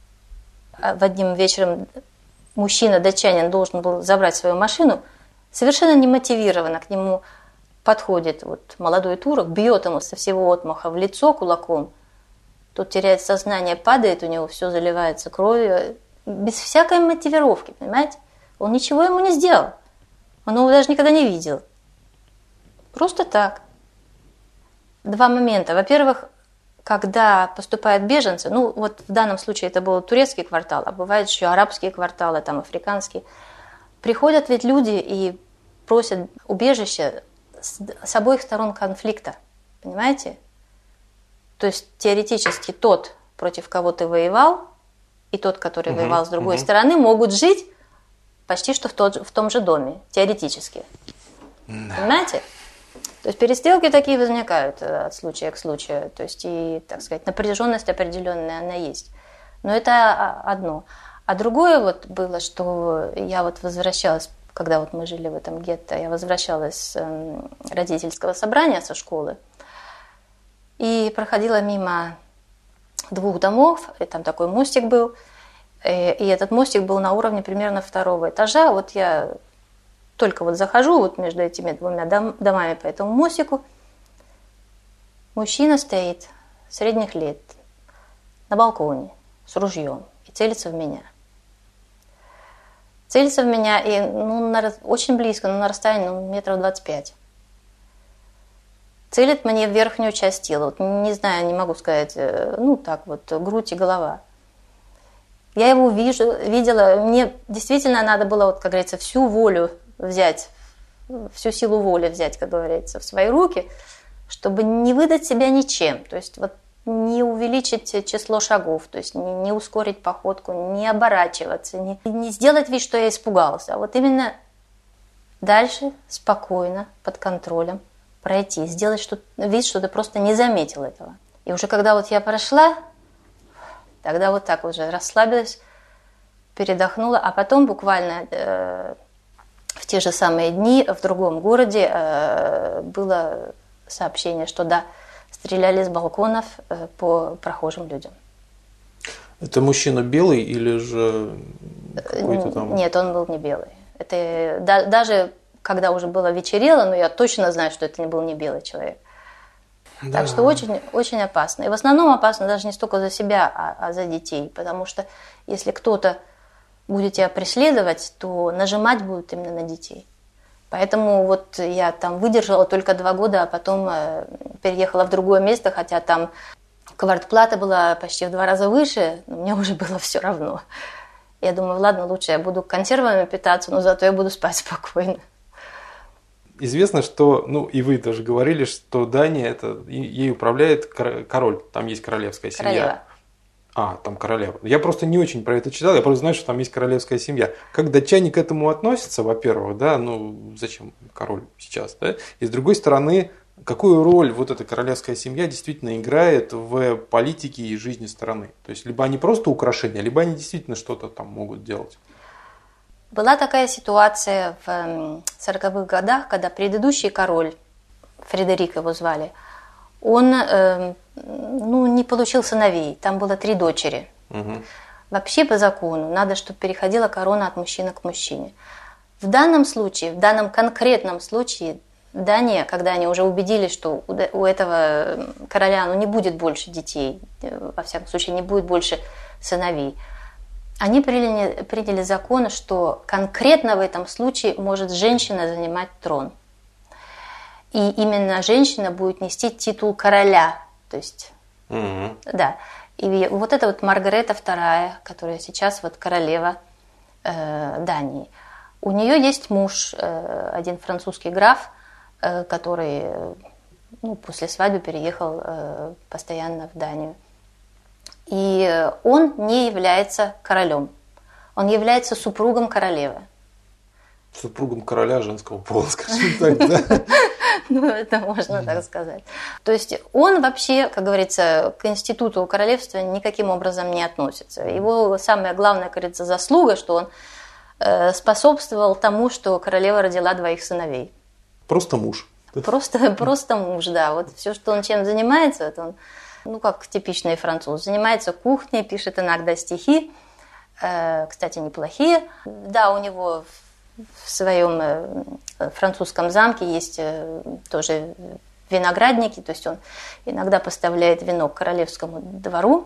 B: В одним вечером мужчина-датчанин должен был забрать свою машину, совершенно немотивированно к нему подходит молодой турок, бьет ему со всего отмаха в лицо кулаком, тот теряет сознание, падает, у него все заливается кровью, без всякой мотивировки, понимаете? Он ничего ему не сделал, он его даже никогда не видел. Просто так. 2 момента. Во-первых, когда поступают беженцы, в данном случае это был турецкий квартал, а бывают еще арабские кварталы, там африканские, приходят ведь люди и просят убежища с обоих сторон конфликта, понимаете? То есть теоретически тот, против кого ты воевал, и тот, который воевал с другой стороны, могут жить почти что в том же доме, теоретически. Понимаете? То есть перестрелки такие возникают от случая к случаю, то есть и, так сказать, напряженность определенная, она есть. Но это одно. А другое было, что я возвращалась, когда мы жили в этом гетто, я возвращалась с родительского собрания со школы и проходила мимо 2 домов, и там такой мостик был, и этот мостик был на уровне примерно 2-го этажа. Я только захожу между этими 2 домами по этому мостику. Мужчина стоит средних лет на балконе с ружьем и целится в меня. Целится в меня и очень близко, на расстоянии метров 25. Целит мне в верхнюю часть тела. Не знаю, не могу сказать, грудь и голова. Я его видела, мне действительно надо было, вот, как говорится, всю волю взять, всю силу воли взять, как говорится, в свои руки, чтобы не выдать себя ничем, то есть вот не увеличить число шагов, то есть не ускорить походку, не оборачиваться, не сделать вид, что я испугался, а вот именно дальше спокойно, под контролем пройти, сделать вид, что ты просто не заметил этого. И уже когда вот я прошла, тогда вот так уже расслабилась, передохнула, а потом буквально в те же самые дни в другом городе было сообщение, что да, стреляли с балконов по прохожим людям.
C: Это мужчина белый или же какой-то там...
B: Нет, он был не белый. Это даже когда уже было вечерело, но я точно знаю, что это был не белый человек. Да. Так что очень, очень опасно. И в основном опасно даже не столько за себя, а за детей. Потому что если кто-то будет тебя преследовать, то нажимать будут именно на детей. Поэтому вот я там выдержала только 2 года, а потом переехала в другое место, хотя там квартплата была почти в 2 раза выше, но мне уже было все равно. Я думаю, ладно, лучше я буду консервами питаться, но зато я буду спать спокойно.
C: Известно, что, ну и вы тоже говорили, что Дания, ей управляет король, там есть королевская семья.
B: Королева.
C: Там королева. Я просто не очень про это читал, я просто знаю, что там есть королевская семья. Как датчане к этому относятся, во-первых, да, ну зачем король сейчас, да? И с другой стороны, какую роль вот эта королевская семья действительно играет в политике и жизни страны? То есть, либо они просто украшения, либо они действительно что-то там могут делать.
B: Была такая ситуация в 40-х годах, когда предыдущий король, Фредерик его звали, он не получил сыновей, там было 3 дочери.
C: Угу.
B: Вообще по закону надо, чтобы переходила корона от мужчины к мужчине. В данном случае, в данном конкретном случае, Дания, когда они уже убедились, что у этого короля не будет больше детей, во всяком случае не будет больше сыновей, они приняли закон, что конкретно в этом случае может женщина занимать трон. И именно женщина будет нести титул короля. То есть, да. И вот это вот Маргарета II, которая сейчас вот королева Дании. У нее есть муж, один французский граф, который после свадьбы переехал постоянно в Данию. И он не является королем. Он является супругом королевы.
C: Супругом короля женского пола, скажем так, да?
B: Ну, это можно так сказать. То есть он вообще, как говорится, к институту королевства никаким образом не относится. Его самая главная, как говорится, заслуга, что он способствовал тому, что королева родила 2 сыновей.
C: Просто муж.
B: Просто муж, да. Вот все, что он чем занимается, это он, как типичный француз, занимается кухней, пишет иногда стихи, кстати, неплохие. Да, у него в своем французском замке есть тоже виноградники, то есть он иногда поставляет вино к королевскому двору,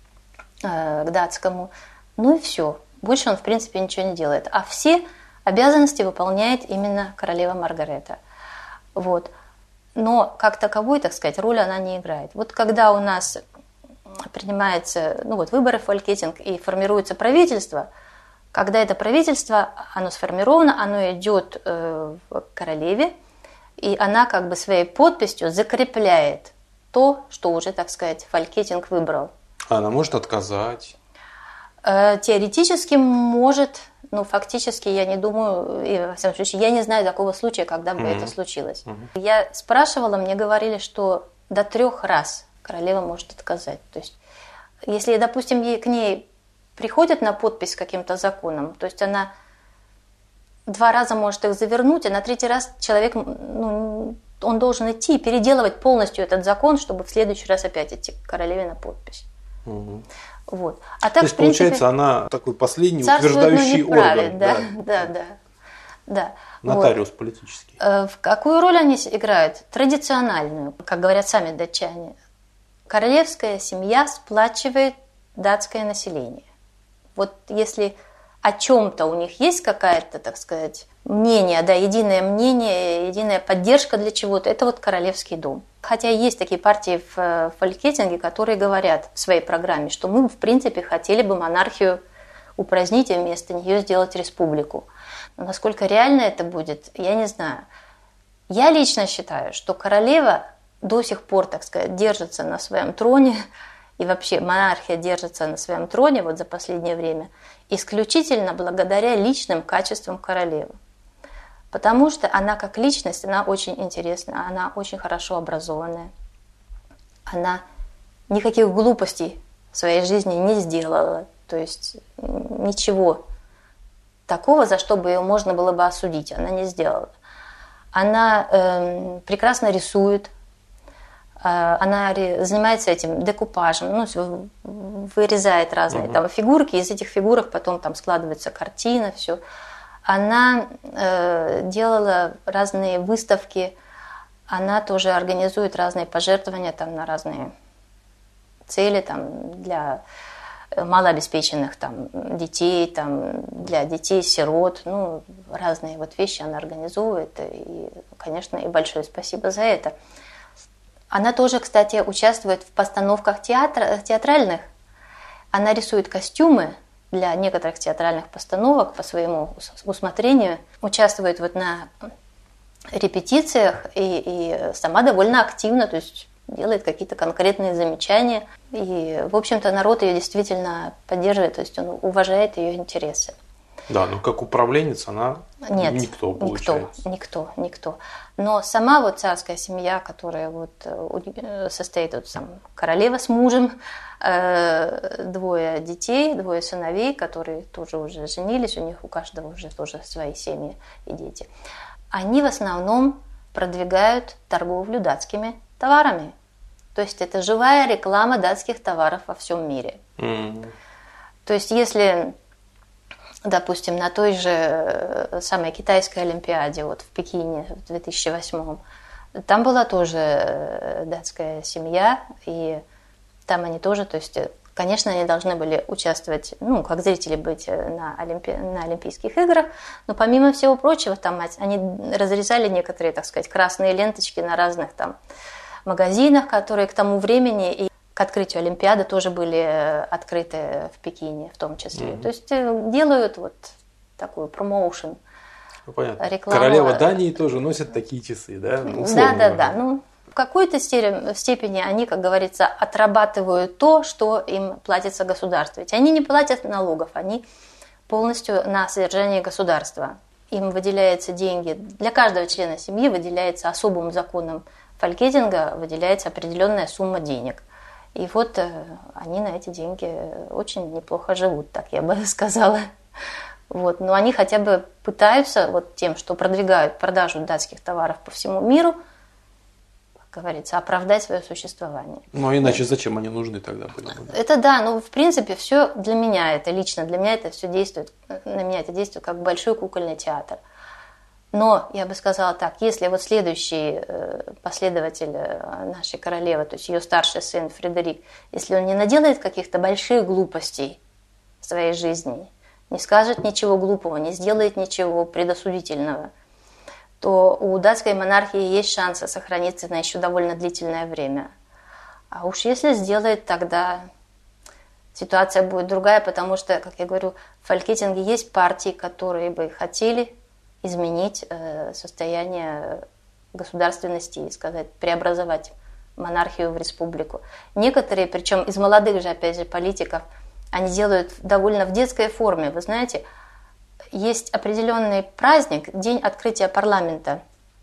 B: к датскому, ну и все. Больше он, в принципе, ничего не делает. А все обязанности выполняет именно королева Маргарета. Вот. Но как таковой, так сказать, роли она не играет. Вот когда у нас принимаются выборы в Фолькетинг и формируется правительство, когда это правительство, оно сформировано, оно идет к королеве, и она как бы своей подписью закрепляет то, что уже, так сказать, Фолькетинг выбрал.
C: Она может отказать?
B: Теоретически может, но фактически я не думаю, и во всяком случае я не знаю такого случая, когда бы это случилось. Я спрашивала, мне говорили, что до 3 раз королева может отказать. То есть, если, допустим, к ней приходят на подпись каким-то законом, то есть она 2 раза может их завернуть, а на 3-й раз человек, он должен идти и переделывать полностью этот закон, чтобы в следующий раз опять идти к королеве на подпись. Вот. А так,
C: то есть, в принципе, получается, она такой последний утверждающий орган.
B: Да.
C: Нотариус политический.
B: В какую роль они играют? Традициональную, как говорят сами датчане. Королевская семья сплачивает датское население. Вот если о чем-то у них есть какая-то, так сказать, мнение, единое мнение, единая поддержка для чего-то, это вот королевский дом. Хотя есть такие партии в Фолькетинге, которые говорят в своей программе, что мы, в принципе, хотели бы монархию упразднить и вместо нее сделать республику. Но насколько реально это будет, я не знаю. Я лично считаю, что королева до сих пор, так сказать, держится на своем троне, и вообще монархия держится на своем троне вот за последнее время, исключительно благодаря личным качествам королевы. Потому что она как личность, она очень интересная, она очень хорошо образованная. Она никаких глупостей в своей жизни не сделала. То есть ничего такого, за что бы ее можно было бы осудить, она не сделала. Она прекрасно рисует, она занимается этим декупажем, ну, вырезает разные там фигурки, из этих фигурок потом там складывается картина, все. Она делала разные выставки, она тоже организует разные пожертвования там, на разные цели там, для малообеспеченных там, детей, там, для детей-сирот, ну, разные вот вещи она организует, и, конечно, и большое спасибо за это. Она тоже, кстати, участвует в постановках театральных. Она рисует костюмы для некоторых театральных постановок по своему усмотрению. Участвует вот на репетициях и сама довольно активно, то есть делает какие-то конкретные замечания. И, в общем-то, народ ее действительно поддерживает, то есть он уважает ее интересы.
C: Да, но как управленец она
B: Нет,
C: никто, получается.
B: Никто. Но сама вот царская семья, которая вот состоит вот сам королева с мужем, двое детей, двое сыновей, которые тоже уже женились, у них у каждого уже тоже свои семьи и дети. Они в основном продвигают торговлю датскими товарами. То есть это живая реклама датских товаров во всем мире. То есть если, допустим, на той же самой китайской олимпиаде вот в Пекине в 2008, там была тоже датская семья, и там они тоже, то есть, конечно, они должны были участвовать, ну, как зрители быть на Олимпийских играх, но помимо всего прочего, там они разрезали некоторые, так сказать, красные ленточки на разных там магазинах, которые к тому времени и к открытию Олимпиады тоже были открыты в Пекине в том числе. То есть делают вот такую промоушен,
C: рекламу. Королева Дании тоже носит такие часы, да?
B: Да. Ну, в какой-то степени они, как говорится, отрабатывают то, что им платится государство. Ведь они не платят налогов, они полностью на содержание государства. Им выделяются деньги, для каждого члена семьи выделяется особым законом Фолькетинга, выделяется определенная сумма денег. И вот они на эти деньги очень неплохо живут, так я бы сказала. Вот. Но они хотя бы пытаются вот тем, что продвигают продажу датских товаров по всему миру, как говорится, оправдать свое существование.
C: Ну, а иначе зачем они нужны тогда были?
B: Это да, ну, в принципе, все для меня, это лично для меня это все действует, на меня это действует как большой кукольный театр. Но, я бы сказала так, если вот следующий последователь нашей королевы, то есть ее старший сын Фредерик, если он не наделает каких-то больших глупостей в своей жизни, не скажет ничего глупого, не сделает ничего предосудительного, то у датской монархии есть шансы сохраниться на еще довольно длительное время. А уж если сделает, тогда ситуация будет другая, потому что, как я говорю, в Фолькетинге есть партии, которые бы хотели изменить состояние государственности и, сказать, преобразовать монархию в республику. Некоторые, причем из молодых же, опять же, политиков, они делают довольно в детской форме. Вы знаете, есть определенный праздник, день открытия парламента,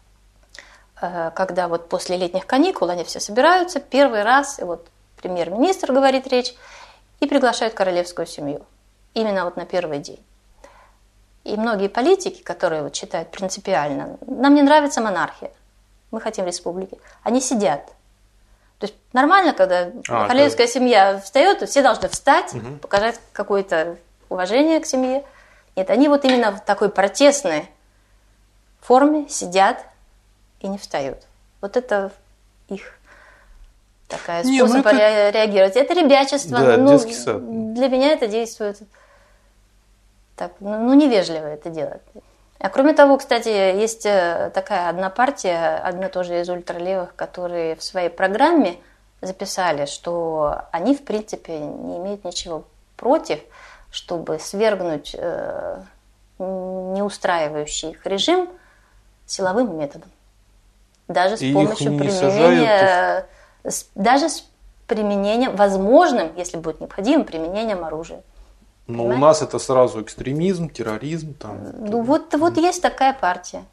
B: когда вот после летних каникул они все собираются, первый раз, и вот премьер-министр говорит речь, и приглашают королевскую семью. Именно вот на первый день. И многие политики, которые вот считают принципиально, нам не нравится монархия, мы хотим республики, они сидят. То есть нормально, когда королевская семья встает, то все должны встать, показать какое-то уважение к семье. Нет, они вот именно в такой протестной форме сидят и не встают. Вот это их такая способ реагировать. Это ребячество.
C: Да, детский сад.
B: Для меня это действует так, невежливо это делать. А кроме того, кстати, есть такая одна партия, одна тоже из ультралевых, которые в своей программе записали, что они, в принципе, не имеют ничего против, чтобы свергнуть неустраивающий их режим силовым методом. Даже с помощью применения, даже с применением, возможным, если будет необходимо, применением оружия.
C: Но у нас это сразу экстремизм, терроризм.
B: Вот есть такая партия.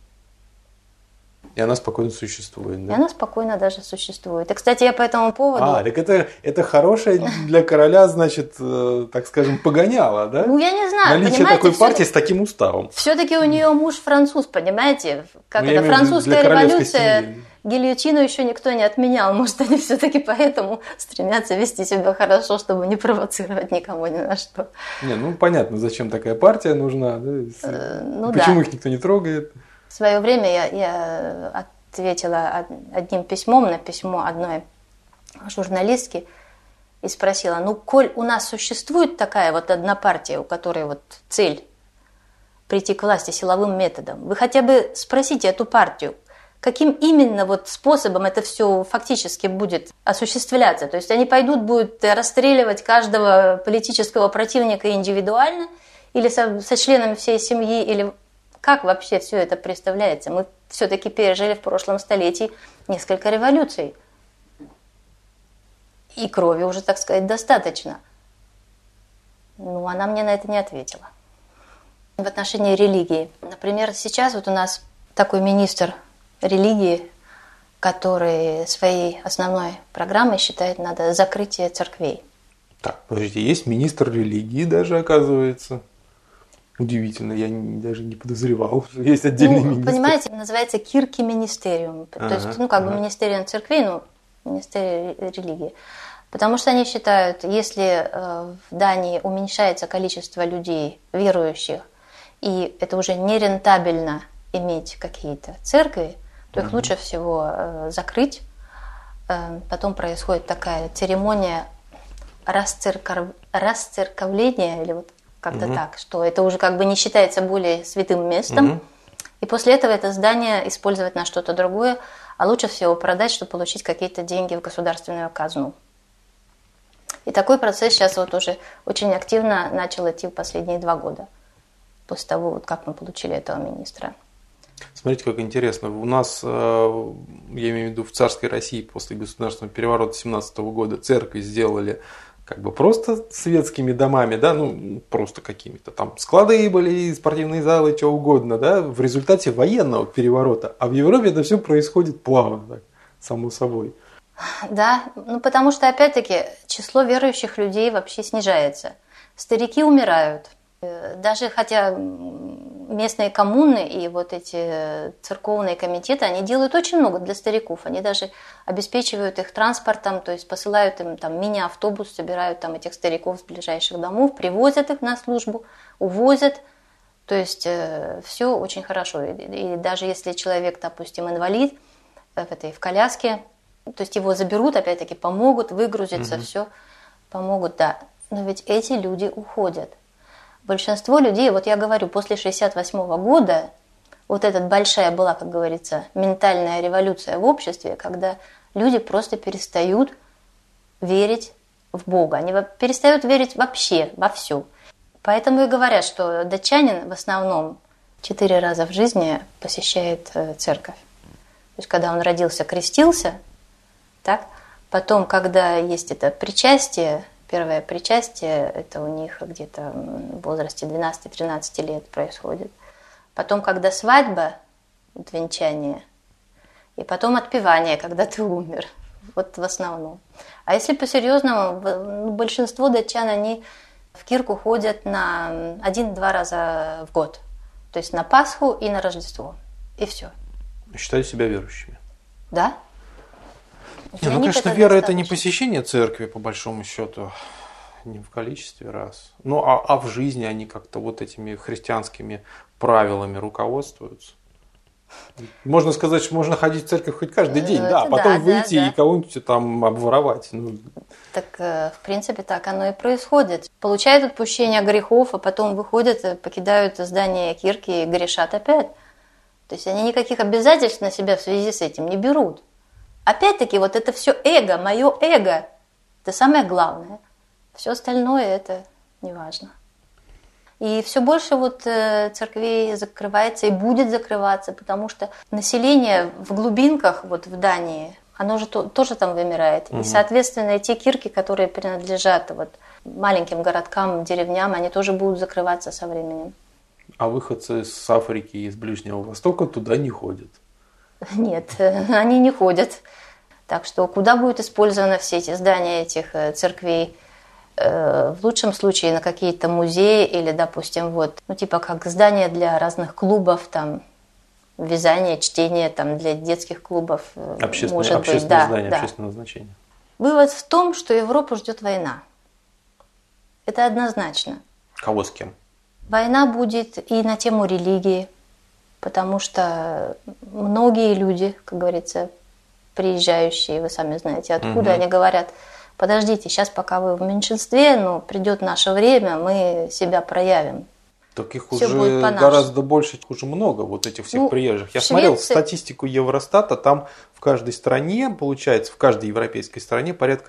C: И она спокойно существует, да?
B: И она спокойно даже существует. И, кстати, я по этому поводу...
C: Так это хорошее для короля, значит, так скажем, погоняло, да?
B: Я не знаю,
C: наличие такой партии с таким уставом.
B: Все-таки у нее муж француз, понимаете? Как это, французская революция, гильотину еще никто не отменял. Может, они все-таки поэтому стремятся вести себя хорошо, чтобы не провоцировать никому ни на что.
C: Понятно, зачем такая партия нужна, да? Почему их никто не трогает?
B: В свое время я ответила одним письмом на письмо одной журналистки и спросила, коль у нас существует такая вот одна партия, у которой вот цель прийти к власти силовым методом, вы хотя бы спросите эту партию, каким именно вот способом это все фактически будет осуществляться. То есть они будут расстреливать каждого политического противника индивидуально или со членами всей семьи, или... Как вообще все это представляется? Мы все-таки пережили в прошлом столетии несколько революций. И крови уже, так сказать, достаточно. Она мне на это не ответила. В отношении религии. Например, сейчас вот у нас такой министр религии, который своей основной программой считает надо закрытие церквей.
C: Так, подождите, есть министр религии даже, оказывается. Удивительно, я даже не подозревал, что есть отдельный министр.
B: Понимаете, называется кирки-министериум. То есть, министериум церквей, министерия религии. Потому что они считают, если в Дании уменьшается количество людей, верующих, и это уже нерентабельно иметь какие-то церкви, то их лучше всего закрыть. Потом происходит такая церемония расцерковления, или вот как-то так, что это уже как бы не считается более святым местом. И после этого это здание использовать на что-то другое, а лучше всего продать, чтобы получить какие-то деньги в государственную казну. И такой процесс сейчас вот уже очень активно начал идти в последние 2 года, после того, вот как мы получили этого министра.
C: Смотрите, как интересно. У нас, я имею в виду в царской России, после государственного переворота 17 года церкви сделали как бы просто светскими домами, да, просто какими-то там склады были, спортивные залы, что угодно, да, в результате военного переворота. А в Европе это все происходит плавно, так, само собой.
B: Да, потому что, опять-таки, число верующих людей вообще снижается. Старики умирают. Даже хотя местные коммуны и вот эти церковные комитеты, они делают очень много для стариков. Они даже обеспечивают их транспортом, то есть посылают им там мини-автобус, собирают там этих стариков с ближайших домов, привозят их на службу, увозят. То есть все очень хорошо. И даже если человек, допустим, инвалид в коляске, то есть его заберут, опять-таки помогут, выгрузиться, все помогут, да. Но ведь эти люди уходят. Большинство людей, вот я говорю, после 1968 года, вот эта большая была, как говорится, ментальная революция в обществе, когда люди просто перестают верить в Бога. Они перестают верить вообще во все. Поэтому и говорят, что датчанин в основном 4 раза в жизни посещает церковь. То есть, когда он родился, крестился, так? Потом, когда есть это причастие, первое причастие, это у них где-то в возрасте 12-13 лет происходит. Потом, когда свадьба, венчание, и потом отпевание, когда ты умер. Вот в основном. А если по-серьезному, большинство датчан, они в кирку ходят на 1-2 раза в год. То есть на Пасху и на Рождество. И все.
C: Считаю себя верующими.
B: Да?
C: Конечно, вера – это не посещение церкви, по большому счету, не в количестве раз. А в жизни они как-то вот этими христианскими правилами руководствуются. Можно сказать, что можно ходить в церковь хоть каждый день, да, потом выйти и кого-нибудь там обворовать.
B: Так, в принципе, так оно и происходит. Получают отпущение грехов, а потом выходят, покидают здание кирки и грешат опять. То есть они никаких обязательств на себя в связи с этим не берут. Опять-таки, вот это все эго, мое эго, это самое главное. Все остальное это неважно. И все больше вот церквей закрывается и будет закрываться, потому что население в глубинках, вот в Дании, оно же тоже там вымирает. И, соответственно, те кирки, которые принадлежат вот маленьким городкам, деревням, они тоже будут закрываться со временем.
C: А выходцы с Африки и из Ближнего Востока туда не ходят?
B: Нет, они не ходят. Так что куда будут использованы все эти здания этих церквей? В лучшем случае на какие-то музеи или, допустим, вот, ну, типа как здания для разных клубов, там, вязание, чтение, там, для детских клубов.
C: Общественное здание, да. Общественное значение.
B: Вывод в том, что Европу ждет война. Это однозначно.
C: Кого с кем?
B: Война будет и на тему религии, потому что многие люди, как говорится, приезжающие, вы сами знаете откуда, они говорят: подождите, сейчас пока вы в меньшинстве, но придет наше время, мы себя проявим.
C: Так их уже гораздо больше, их уже много, вот этих всех приезжих. Я смотрел статистику Евростата, там в каждой стране, получается, в каждой европейской стране порядка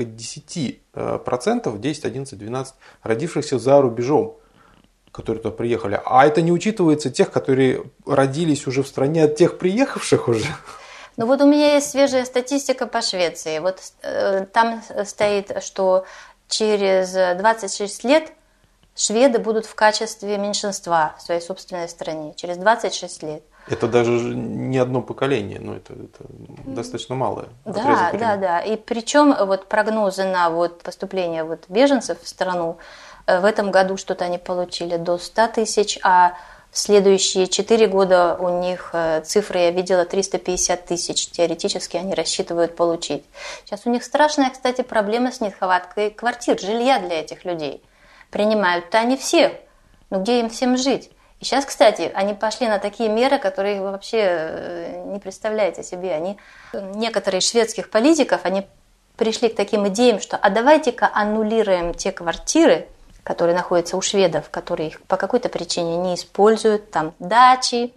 C: 10%, 10, 11, 12 родившихся за рубежом, которые туда приехали. А это не учитывается тех, которые родились уже в стране от тех приехавших уже.
B: Ну вот у меня есть свежая статистика по Швеции. Вот там стоит, что через 26 лет шведы будут в качестве меньшинства в своей собственной стране. Через 26 лет.
C: Это даже не одно поколение, но это достаточно малое.
B: Да. И причем вот прогнозы на вот поступление вот беженцев в страну в этом году что-то они получили до 100 тысяч, а в следующие 4 года у них цифры, я видела, 350 тысяч. Теоретически они рассчитывают получить. Сейчас у них страшная, кстати, проблема с нехваткой квартир, жилья для этих людей. Принимают-то они всех, но где им всем жить? И сейчас, кстати, они пошли на такие меры, которые вы вообще не представляете себе. Некоторые из шведских политиков, они пришли к таким идеям, что а давайте-ка аннулируем те квартиры, которые находятся у шведов, которые их по какой-то причине не используют, там дачи,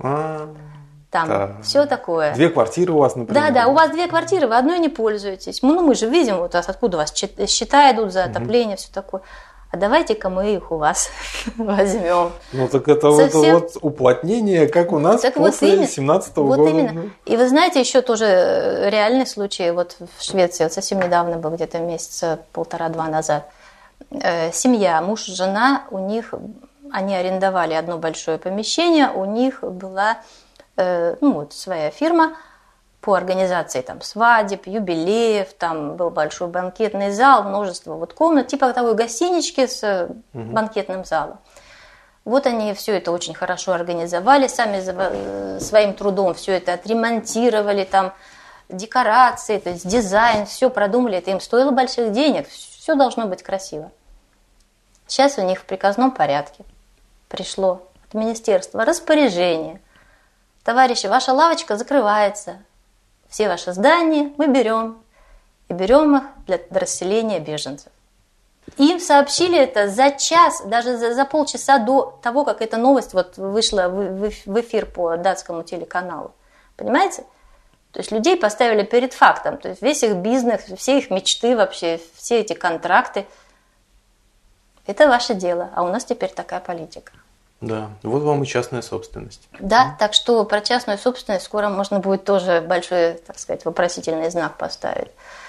B: там все такое.
C: 2 квартиры у вас, например.
B: Да, у вас 2 квартиры, вы одной не пользуетесь. Ну, мы же видим, вот откуда у вас счета идут за отопление, все такое. А давайте-ка мы их у вас возьмем.
C: Ну так это вот уплотнение, как у нас так после 17-го года.
B: Вот именно. И вы знаете, еще тоже реальный случай вот в Швеции, вот совсем недавно был, где-то месяца 1,5-2 назад. Семья, муж, жена, они арендовали одно большое помещение, у них была своя фирма по организации там свадеб, юбилеев, там был большой банкетный зал, множество вот комнат, типа такой гостинички с банкетным залом. Вот они все это очень хорошо организовали, сами своим трудом все это отремонтировали, там декорации, то есть дизайн, все продумали, это им стоило больших денег, все должно быть красиво. Сейчас у них в приказном порядке пришло от министерства распоряжение: товарищи, ваша лавочка закрывается, все ваши здания мы берем, и берем их для расселения беженцев. Им сообщили это за час, даже за полчаса до того, как эта новость вот вышла в эфир по датскому телеканалу. Понимаете? То есть людей поставили перед фактом. То есть весь их бизнес, все их мечты вообще, все эти контракты. Это ваше дело, а у нас теперь такая политика.
C: Да, вот вам и частная собственность.
B: Да, так что про частную собственность скоро можно будет тоже большой, так сказать, вопросительный знак поставить.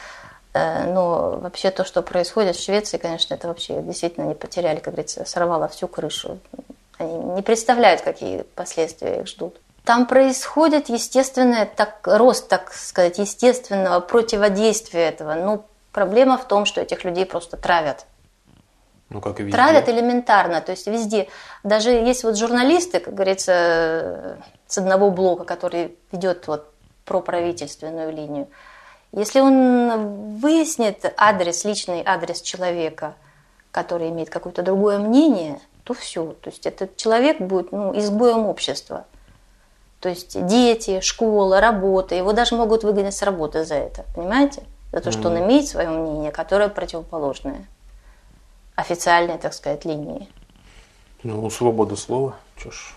B: Но вообще то, что происходит в Швеции, конечно, это вообще действительно не потеряли, как говорится, сорвало всю крышу. Они не представляют, какие последствия их ждут. Там происходит естественный рост, так сказать, естественного противодействия этого. Но проблема в том, что этих людей просто травят.
C: Ну, как и везде.
B: Травят элементарно, то есть везде. Даже есть вот журналисты, как говорится, с одного блока, который ведет вот проправительственную линию. Если он выяснит личный адрес человека, который имеет какое-то другое мнение, то все. То есть этот человек будет изгоем общества. То есть дети, школа, работа, его даже могут выгнать с работы за это, понимаете? За то, что он имеет свое мнение, которое противоположное официальной, так сказать, линии.
C: Ну, свобода слова, чё ж.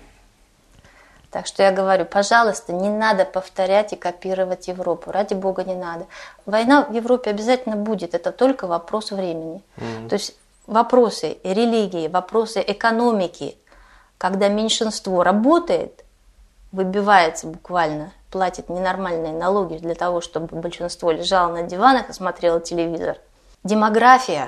B: Так что я говорю, пожалуйста, не надо повторять и копировать Европу. Ради бога, не надо. Война в Европе обязательно будет, это только вопрос времени. То есть вопросы религии, вопросы экономики, когда меньшинство работает, выбивается буквально, платит ненормальные налоги для того, чтобы большинство лежало на диванах и смотрело телевизор. Демография,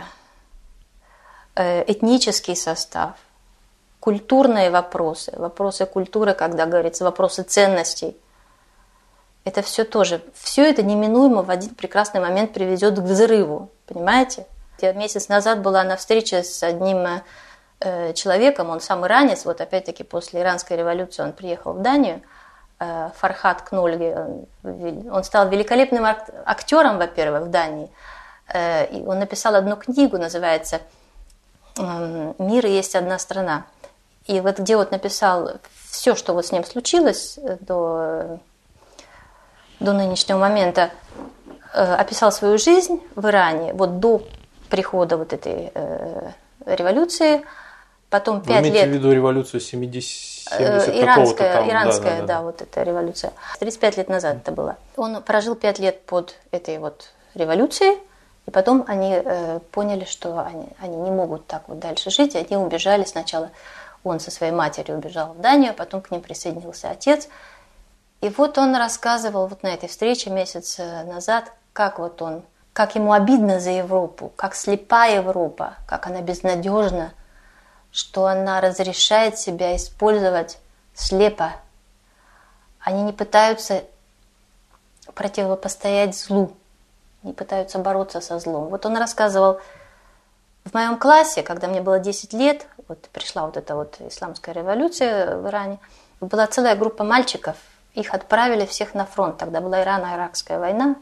B: этнический состав, культурные вопросы, вопросы культуры, когда говорится, вопросы ценностей. Это все тоже, все это неминуемо в один прекрасный момент приведет к взрыву, понимаете? Я месяц назад была на встрече с одним человеком, он сам иранец, вот опять-таки после иранской революции он приехал в Данию, Фархад Кнольги, он стал великолепным актером, во-первых, в Дании, и он написал одну книгу, называется «Мир и есть одна страна». И вот где вот написал все, что вот с ним случилось до нынешнего момента, описал свою жизнь в Иране, вот до прихода вот этой революции, потом 5 лет...
C: Вы имеете в виду революцию 70
B: Иранская, да, вот эта революция. 35 лет назад это было. Он прожил 5 лет под этой вот революцией, и потом они поняли, что они не могут так вот дальше жить, и они убежали сначала. Он со своей матерью убежал в Данию, потом к ним присоединился отец. И вот он рассказывал вот на этой встрече месяц назад, как ему обидно за Европу, как слепа Европа, как она безнадежна, что она разрешает себя использовать слепо. Они не пытаются противопостоять злу, не пытаются бороться со злом. Вот он рассказывал, в моем классе, когда мне было 10 лет, вот пришла вот эта вот исламская революция в Иране, была целая группа мальчиков, их отправили всех на фронт. Тогда была Ирано-Иракская война.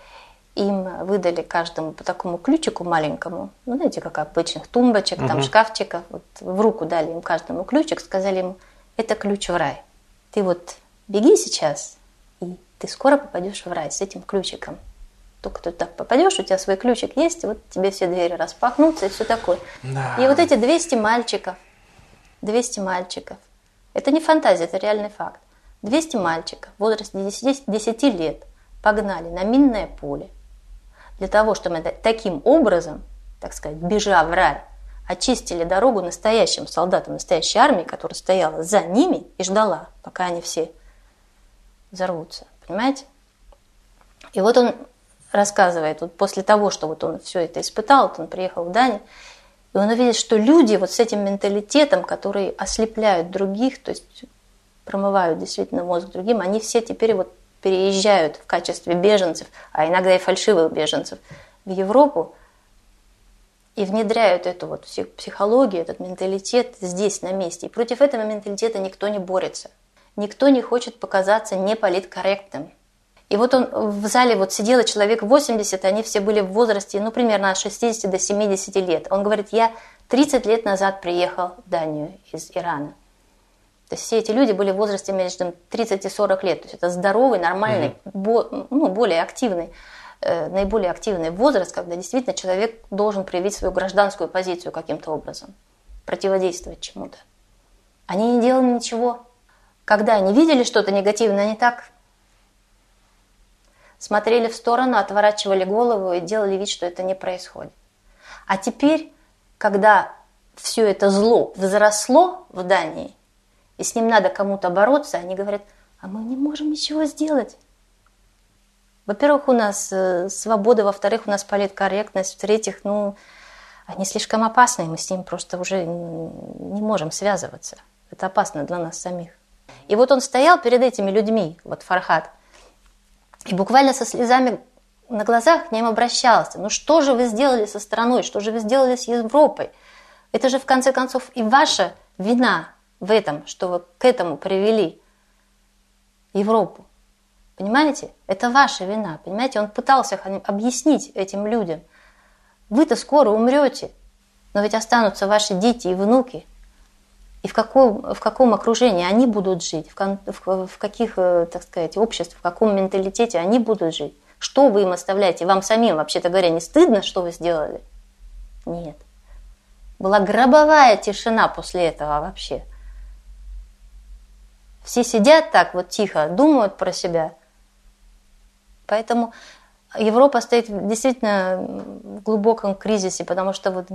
B: Им выдали каждому по такому ключику маленькому, ну, знаете, как обычных тумбочек, там шкафчиков. Вот в руку дали им каждому ключик, сказали ему, это ключ в рай. Ты вот беги сейчас, и ты скоро попадешь в рай с этим ключиком. Только ты так попадешь, у тебя свой ключик есть, и вот тебе все двери распахнутся и все такое. Да. И вот эти 200 мальчиков, это не фантазия, это реальный факт. 200 мальчиков в возрасте 10 лет погнали на минное поле для того, чтобы таким образом, так сказать, бежа в рай, очистили дорогу настоящим солдатам, настоящей армии, которая стояла за ними и ждала, пока они все взорвутся. Понимаете? И вот он рассказывает, вот после того, что вот он все это испытал, вот он приехал в Данию, и он увидит, что люди вот с этим менталитетом, которые ослепляют других, то есть промывают действительно мозг другим, они все теперь вот переезжают в качестве беженцев, а иногда и фальшивых беженцев, в Европу и внедряют эту вот психологию, этот менталитет здесь, на месте. И против этого менталитета никто не борется. Никто не хочет показаться неполиткорректным. И вот он в зале вот сидело человек 80, они все были в возрасте, ну, примерно от 60 до 70 лет. Он говорит, я 30 лет назад приехал в Данию из Ирана. То есть все эти люди были в возрасте между 30 и 40 лет. То есть это здоровый, нормальный, более активный, наиболее активный возраст, когда действительно человек должен проявить свою гражданскую позицию каким-то образом, противодействовать чему-то. Они не делали ничего. Когда они видели что-то негативное, они так смотрели в сторону, отворачивали голову и делали вид, что это не происходит. А теперь, когда все это зло взросло в Дании, и с ним надо кому-то бороться, они говорят, а мы не можем ничего сделать. Во-первых, у нас свобода, во-вторых, у нас политкорректность, в-третьих, они слишком опасны, мы с ним просто уже не можем связываться. Это опасно для нас самих. И вот он стоял перед этими людьми, вот Фархад, и буквально со слезами на глазах к ним обращался. Ну что же вы сделали со страной, что же вы сделали с Европой? Это же в конце концов и ваша вина в этом, что вы к этому привели Европу. Понимаете? Это ваша вина. Понимаете? Он пытался объяснить этим людям. Вы-то скоро умрете, но ведь останутся ваши дети и внуки. И в каком окружении они будут жить, в каких, так сказать, обществах, в каком менталитете они будут жить. Что вы им оставляете? Вам самим, вообще-то говоря, не стыдно, что вы сделали? Нет. Была гробовая тишина после этого вообще. Все сидят так вот тихо, думают про себя. Поэтому Европа стоит действительно в глубоком кризисе, потому что вот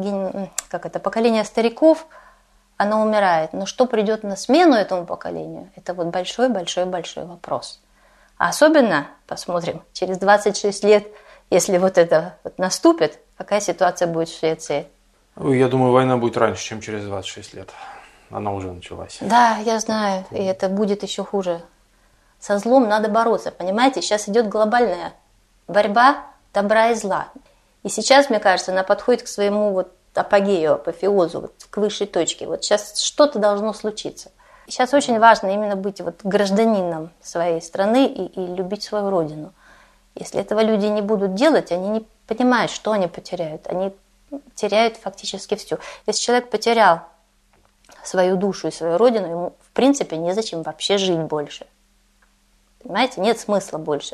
B: поколение стариков, оно умирает. Но что придет на смену этому поколению, это вот большой-большой-большой вопрос. А особенно, посмотрим, через 26 лет, если вот это вот наступит, какая ситуация будет в Швеции.
C: Я думаю, война будет раньше, чем через 26 лет. Она уже началась.
B: Да, я знаю, и это будет еще хуже. Со злом надо бороться, понимаете? Сейчас идет глобальная борьба добра и зла. И сейчас, мне кажется, она подходит к своему вот апогею, апофеозу, вот к высшей точке. Вот сейчас что-то должно случиться. Сейчас очень важно именно быть вот гражданином своей страны и любить свою родину. Если этого люди не будут делать, они не понимают, что они потеряют. Они теряют фактически все. Если человек потерял свою душу и свою родину, ему, в принципе, незачем вообще жить больше. Понимаете? Нет смысла больше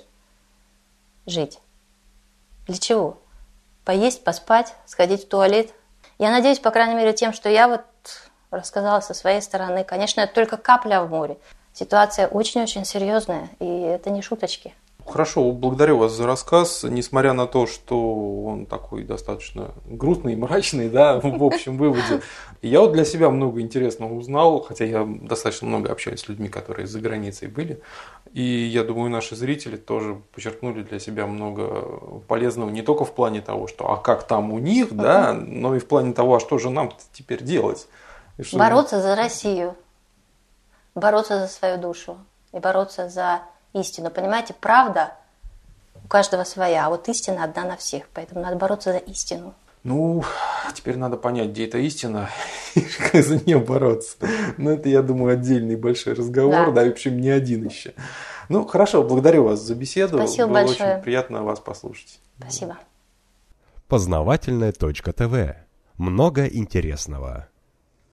B: жить. Для чего? Поесть, поспать, сходить в туалет. Я надеюсь, по крайней мере, тем, что я вот рассказала со своей стороны. Конечно, это только капля в море. Ситуация очень-очень серьезная, и это не шуточки.
C: Хорошо, благодарю вас за рассказ. Несмотря на то, что он такой достаточно грустный и мрачный, да, в общем выводе, я вот для себя много интересного узнал, хотя я достаточно много общаюсь с людьми, которые за границей были. И я думаю, наши зрители тоже почерпнули для себя много полезного не только в плане того, что а как там у них, да, но и в плане того, а что же нам теперь делать.
B: Бороться за Россию, бороться за свою душу и бороться за истину. Понимаете, правда у каждого своя, а вот истина одна на всех. Поэтому надо бороться за истину.
C: Ну, теперь надо понять, где эта истина, и как за нее бороться. Но это, я думаю, отдельный большой разговор, да, и в общем не один еще. Ну, хорошо, благодарю вас за беседу.
B: Спасибо
C: Было
B: большое.
C: Очень приятно вас послушать.
B: Спасибо.
A: Познавательная .тв. Много интересного.